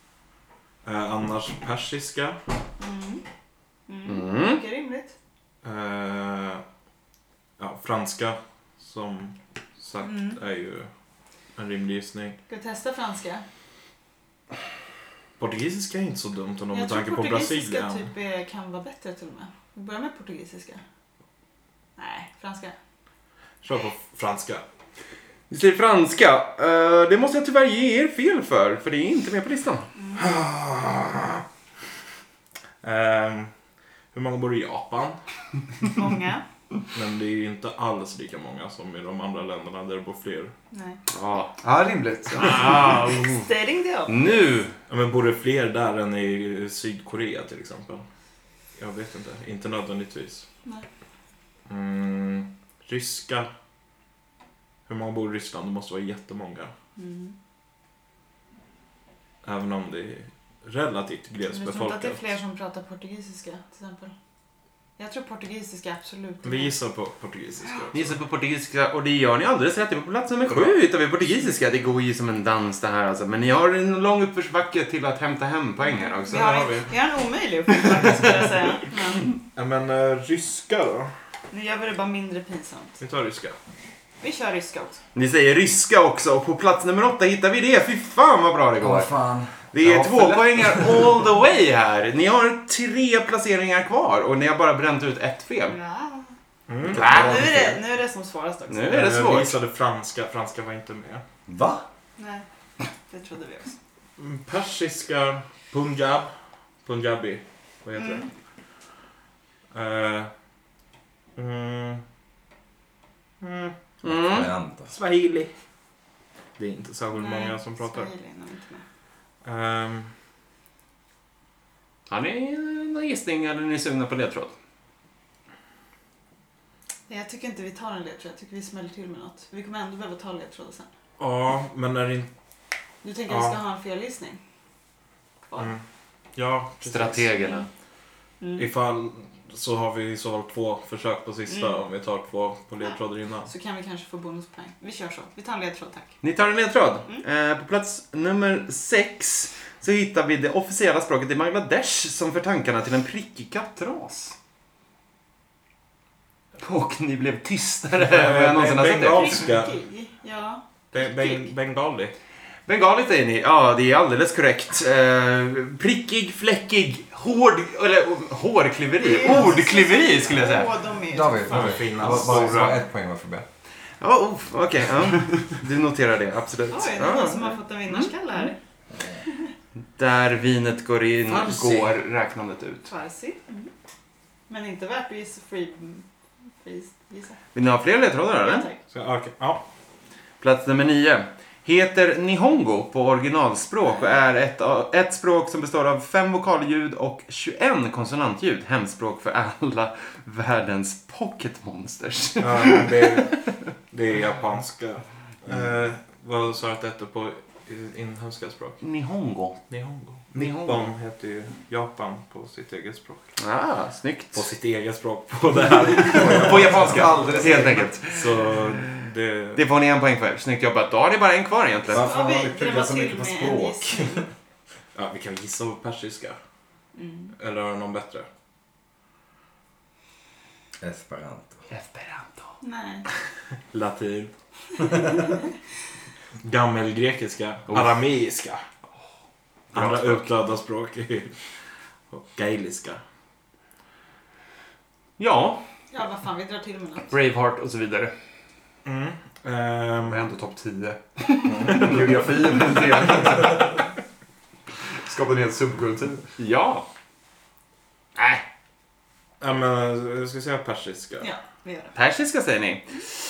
Eh, annars persiska. Mm. Mm. Mm. Mycket rimligt. Eh, ja, franska som sagt Mm. är ju en rimlig gissning. Ska vi testa franska? Portugisiska är inte så dumt ändå med Jag tror tanke på portugisiska Brasilien. typ är, kan vara bättre till och med. Vi börjar med portugisiska. Nej, franska. Kör på franska. Ni säger franska. Eh, det måste jag tyvärr ge er fel för, för det är inte med på listan. Eh, hur många bor i Japan? Många. Men det är ju inte alls lika många som i de andra länderna där det bor fler. Nej. Ja. Ja, rimligt. Ah, oh. Stating the obvious. Nu. Ja, men bor det fler där än i Sydkorea till exempel? Jag vet inte. Inte nödvändigtvis. Nej. Mm, ryska. Hur många bor i Ryssland? Det måste vara jättemånga. Mm. Även om det är relativt Jag tror inte att det är glesbefolkat. fler som pratar portugisiska till exempel. Jag tror portugisiska absolut. Vi gissar på portugisiska. Ni gissar på portugisiska och det gör ni alldeles rätt. På plats nummer sju hittar vi portugisiska. Det går ju som en dans det här alltså. Men ni har en lång uppförsbacke till att hämta hem poäng här också. Vi har, har vi. vi har en omöjlig uppförsbacke skulle jag säga. Men Ja, men äh, ryska då? nu gör vi det bara mindre pinsamt. Vi tar ryska. Vi kör ryska också. Ni säger ryska också och på plats nummer åtta hittar vi det. Fy fan vad bra det går. Åh fan. Det är Ja, två för lätt. poängar all the way här. Ni har tre placeringar kvar och ni har bara bränt ut ett fel. Ja. Mm. Nu, Va? är det, nu är det som svårast också. Nu är det Jag svårt. gissade franska. Franska var inte med. Va? Nej, det trodde vi också. Mm, persiska. Punjab. Punjabi. Vad heter Mm. det? Eh, mm, mm, Mm. Vänta. Swahili. Det är inte särskilt Nej, många som pratar. Swahili är nog inte med. Ehm, Har ni någon gissning eller är ni sugna på ledtråd? Nej, jag tycker inte vi tar en ledtråd. Jag tycker vi smäller till med något. Vi kommer ändå behöva ta ledtrådar sen. ja, men är det inte... Du tänker Ja. att vi ska ha en felgissning? Kvar. Mm, ja, precis. Strategerna. Mm. Ifall så har vi i så fall två försök på sista Mm. om vi tar två på ledtrådar innan. Så kan vi kanske få bonuspoäng. Vi kör så. Vi tar en ledtråd, tack. Ni tar en ledtråd. Mm. Eh, på plats nummer sex så hittar vi det officiella språket i Bangladesh som för tankarna till en prickig kattras. Och ni blev tystare än vad jag någonsin har sett er. Bengalska. Prickig. Ja. Ben, ben, bengali. Bengali säger ni. Ja, det är alldeles korrekt. Eh, prickig, fläckig, hård, eller hårklyveri. Ordklyveri skulle jag säga. Åh, de är ju David, så fan David. fina, Bara, bara, stora. bara ett poäng var för B. Ja, oh, okej. ja. Du noterar det, absolut. Oj, det är någon Ja. som har fått en vinnarskalle här. Där vinet går in, Farsi. går räknandet ut. Farsi. Mm. Men inte värt att gissa free... free gissa. Vill ni ha fler ledtrådar eller? Ja, tack. Så, okay. Ja. Plats nummer nio. Heter Nihongo på originalspråk och är ett, ett språk som består av fem vokalljud och tjugoett konsonantljud. Hemspråk för alla världens pocket monsters. Ja, det, är, det är japanska. Eh, vad sa du att det hette på inhemska språk? Nihongo. Nihongo. Nihongo. Nippon heter ju Japan på sitt eget språk. Ah, snyggt. På sitt eget språk på det här. På japanska, Alldeles helt eget. enkelt. Så det... Det får ni en poäng för. Snyggt jobbat. Då har ni bara en kvar egentligen. Varför Ja, har vi vi pluggat drämmer så till mycket på med en språk? gissning. Ja, vi kan gissa på persiska. Mm. Eller har du någon bättre? Esperanto. Esperanto. Nej. Latin. Gammelgrekiska. Oh. Arameiska. Bra Andra språk. utdöda språk. Och gaeliska. Ja, Ja, vad fan, vi drar till med något. Braveheart och så vidare. Mm. Det Ehm, var ändå topp tio. Geografi. Skapade en hel subkultur. Ja. Nej. ja, men jag ska säga persiska. Ja, vi gör det. Persiska säger ni.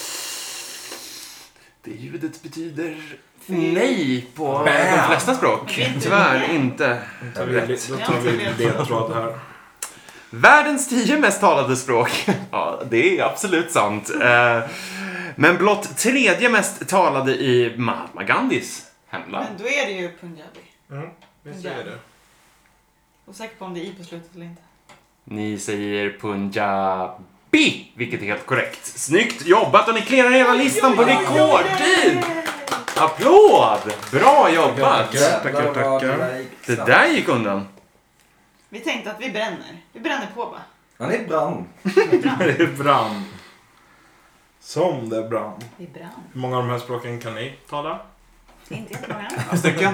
Det ljudet betyder nej på Bam. de flesta språk. Det är inte Tyvärr nej. inte. Då tar vi, då tar vi ledtråd här. Världens tio mest talade språk. Ja, det är absolut sant. Eh, Men blott tredje mest talade i Mahatma Gandhis hemland. Men då är det ju punjabi. Mm, vi säger det. Osäker på om det är i på slutet eller inte. Ni säger punjabi, vilket är helt korrekt. Snyggt jobbat och ni clearar hela listan på rekordtid. Applåd! Bra jobbat! Tackar, tackar. Det där gick undan. Vi tänkte att vi bränner. Vi bränner på bara. Han är brann. Det brann. Som det brann. Vi brann. Hur många av de här språken kan ni tala? Inte jättemånga. Stycken.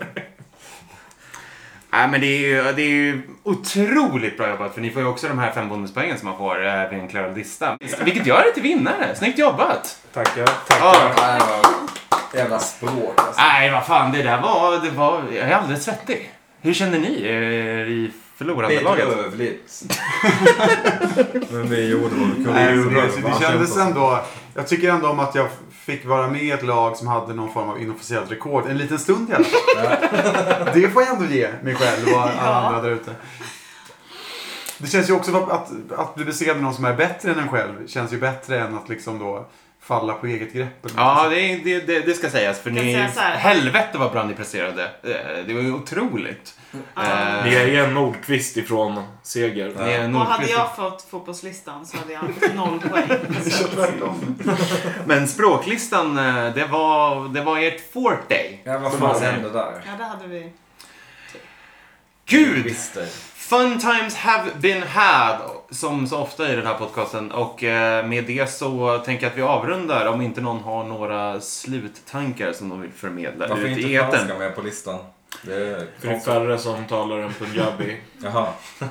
Nej, men det är, ju, det är ju otroligt bra jobbat, för ni får ju också de här fem bonuspoängen som man får äh, vid en klarad lista. Vilket gör det till vinnare. Snyggt jobbat! Tackar. Ja. Nej, vad- Jävla språk alltså. Nej, vad fan, det där var... Det var jag är alldeles svettig. Hur känner ni eh, i förlorande laget? Bedrövligt. Men vi gjorde vad vi kunde. Nej, Så det, var det, bara det kändes kämpa. ändå... Jag tycker ändå om att jag fick vara med i ett lag som hade någon form av inofficiellt rekord. En liten stund i alla fall. Det får jag ändå ge mig själv och alla Ja. andra där ute. Det känns ju också att, att bli besegrad med någon som är bättre än en själv känns ju bättre än att liksom då falla på eget grepp. Ja, det, är- det, det, det ska sägas, för Kan ni... säga så här. Helvete vad bra ni presterade. Eh, Det var ju otroligt. Ja. Eh, Ni är ju en Nordqvist ifrån seger. Ni är Och Nordqvist. hade jag fått fotbollslistan så hade jag haft noll poäng. Men språklistan, eh, det var, det var ert forte. Ja, vad får man fan säga. hände där? Ja, det hade vi. Gud! Visste. Fun times have been had, som så ofta i den här podcasten. Och eh, med det så tänker jag att vi avrundar, om inte någon har några sluttankar som de vill förmedla Varför ut inte i etern. franska med på listan? Det är För det är färre som talar en punjabi. Jaha.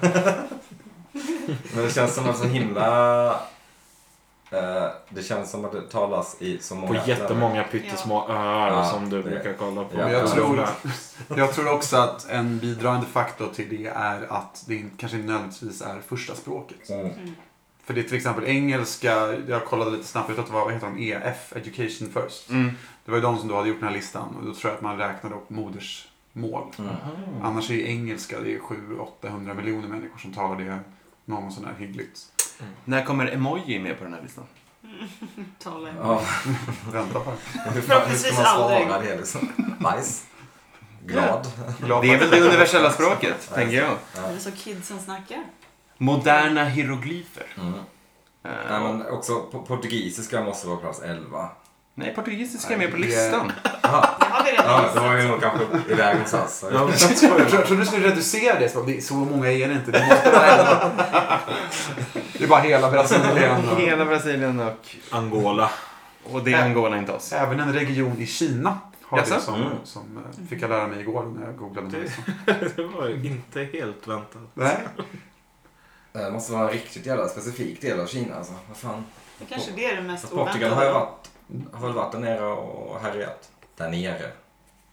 Men det känns som att så himla... eh, det känns som att det talas i så På många... jättemånga pyttesmå öar Ja, som du det- brukar kolla på. Ja. Men jag tror, jag tror också att en bidragande faktor till det är att det kanske inte nödvändigtvis är första språket. Mm. För det är till exempel engelska, jag kollade lite snabbt, jag tror att det var, vad heter de, E F, Education First. Mm. Det var ju de som då hade gjort den här listan och då tror jag att man räknade upp modersmål. Mm. Annars är ju engelska, det är sju till åttahundra miljoner människor som talar det någon sån här hyggligt. När kommer emoji med på den här listan? Tala en. Ja. Vänta på det. Hur, fan, hur ska Förhoppningsvis man svara aldrig. det liksom? Nice. Glad. Glad Det är på väl det universella språket, tänker jag. Ja. Det är så kidsen snackar. Moderna hieroglyfer. Mm. Eh, Nej, men också på portugisiska måste vara plats elva. Nej, portugisiska är Nej, med på det- listan. Jaha. Det har vi redan Ja, det visat. var ju nog kanske iväg någonstans. Ja, Jag tror, jag tror du skulle reducera det. Så, det är så många är det inte. Det måste vara elva. Det är bara hela Brasilien. Och Hela Brasilien och... Angola. Och det är Angola inte oss. även en region i Kina har Jaså? det som, Mm. som eh, fick jag lära mig igår när jag googlade den här listan. Det var ju inte helt väntat. Nej. Det måste vara en riktigt jävla specifik del av Kina alltså. Vad fan. Det kanske det är det mest Portugal har ju oväntade. varit, har väl varit där nere och härjat. Där nere.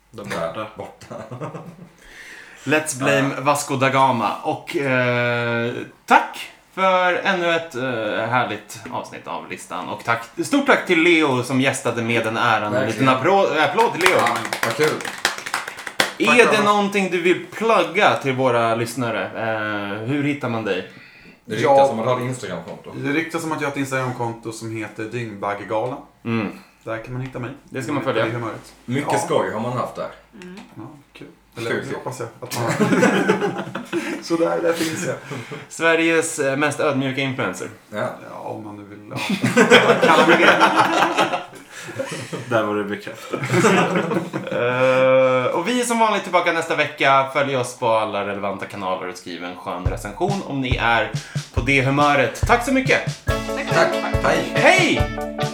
Där borta. borta. Let's blame Vasco da Gama. Och eh, tack för ännu ett eh, härligt avsnitt av listan. Och tack, stort tack till Leo som gästade med den äran. En liten applåd, applåd till Leo. Ja, vad kul. Är det någonting du vill plugga till våra lyssnare? Eh, hur hittar man dig? Det Ja. ryktas som att du har ett Instagramkonto. Det ryktas som att jag har ett Instagramkonto som heter Dyngbaggegalan. Mm. Där kan man hitta mig. Det ska man följa. Det är humöret. Mycket Ja. skoj har man haft där. Ja, kul. Eller Kul, det kul. hoppas jag att man Så där, där finns jag. Sveriges eh, mest ödmjuka influencer. Ja. Ja, om man nu vill. Ja. Kalla mig det. Där var det bekräftat. Uh, och vi är som vanligt tillbaka nästa vecka. Följ oss på alla relevanta kanaler och skriv en skön recension om ni är på det humöret. Tack så mycket! Tack. Tack. Hej. Hej!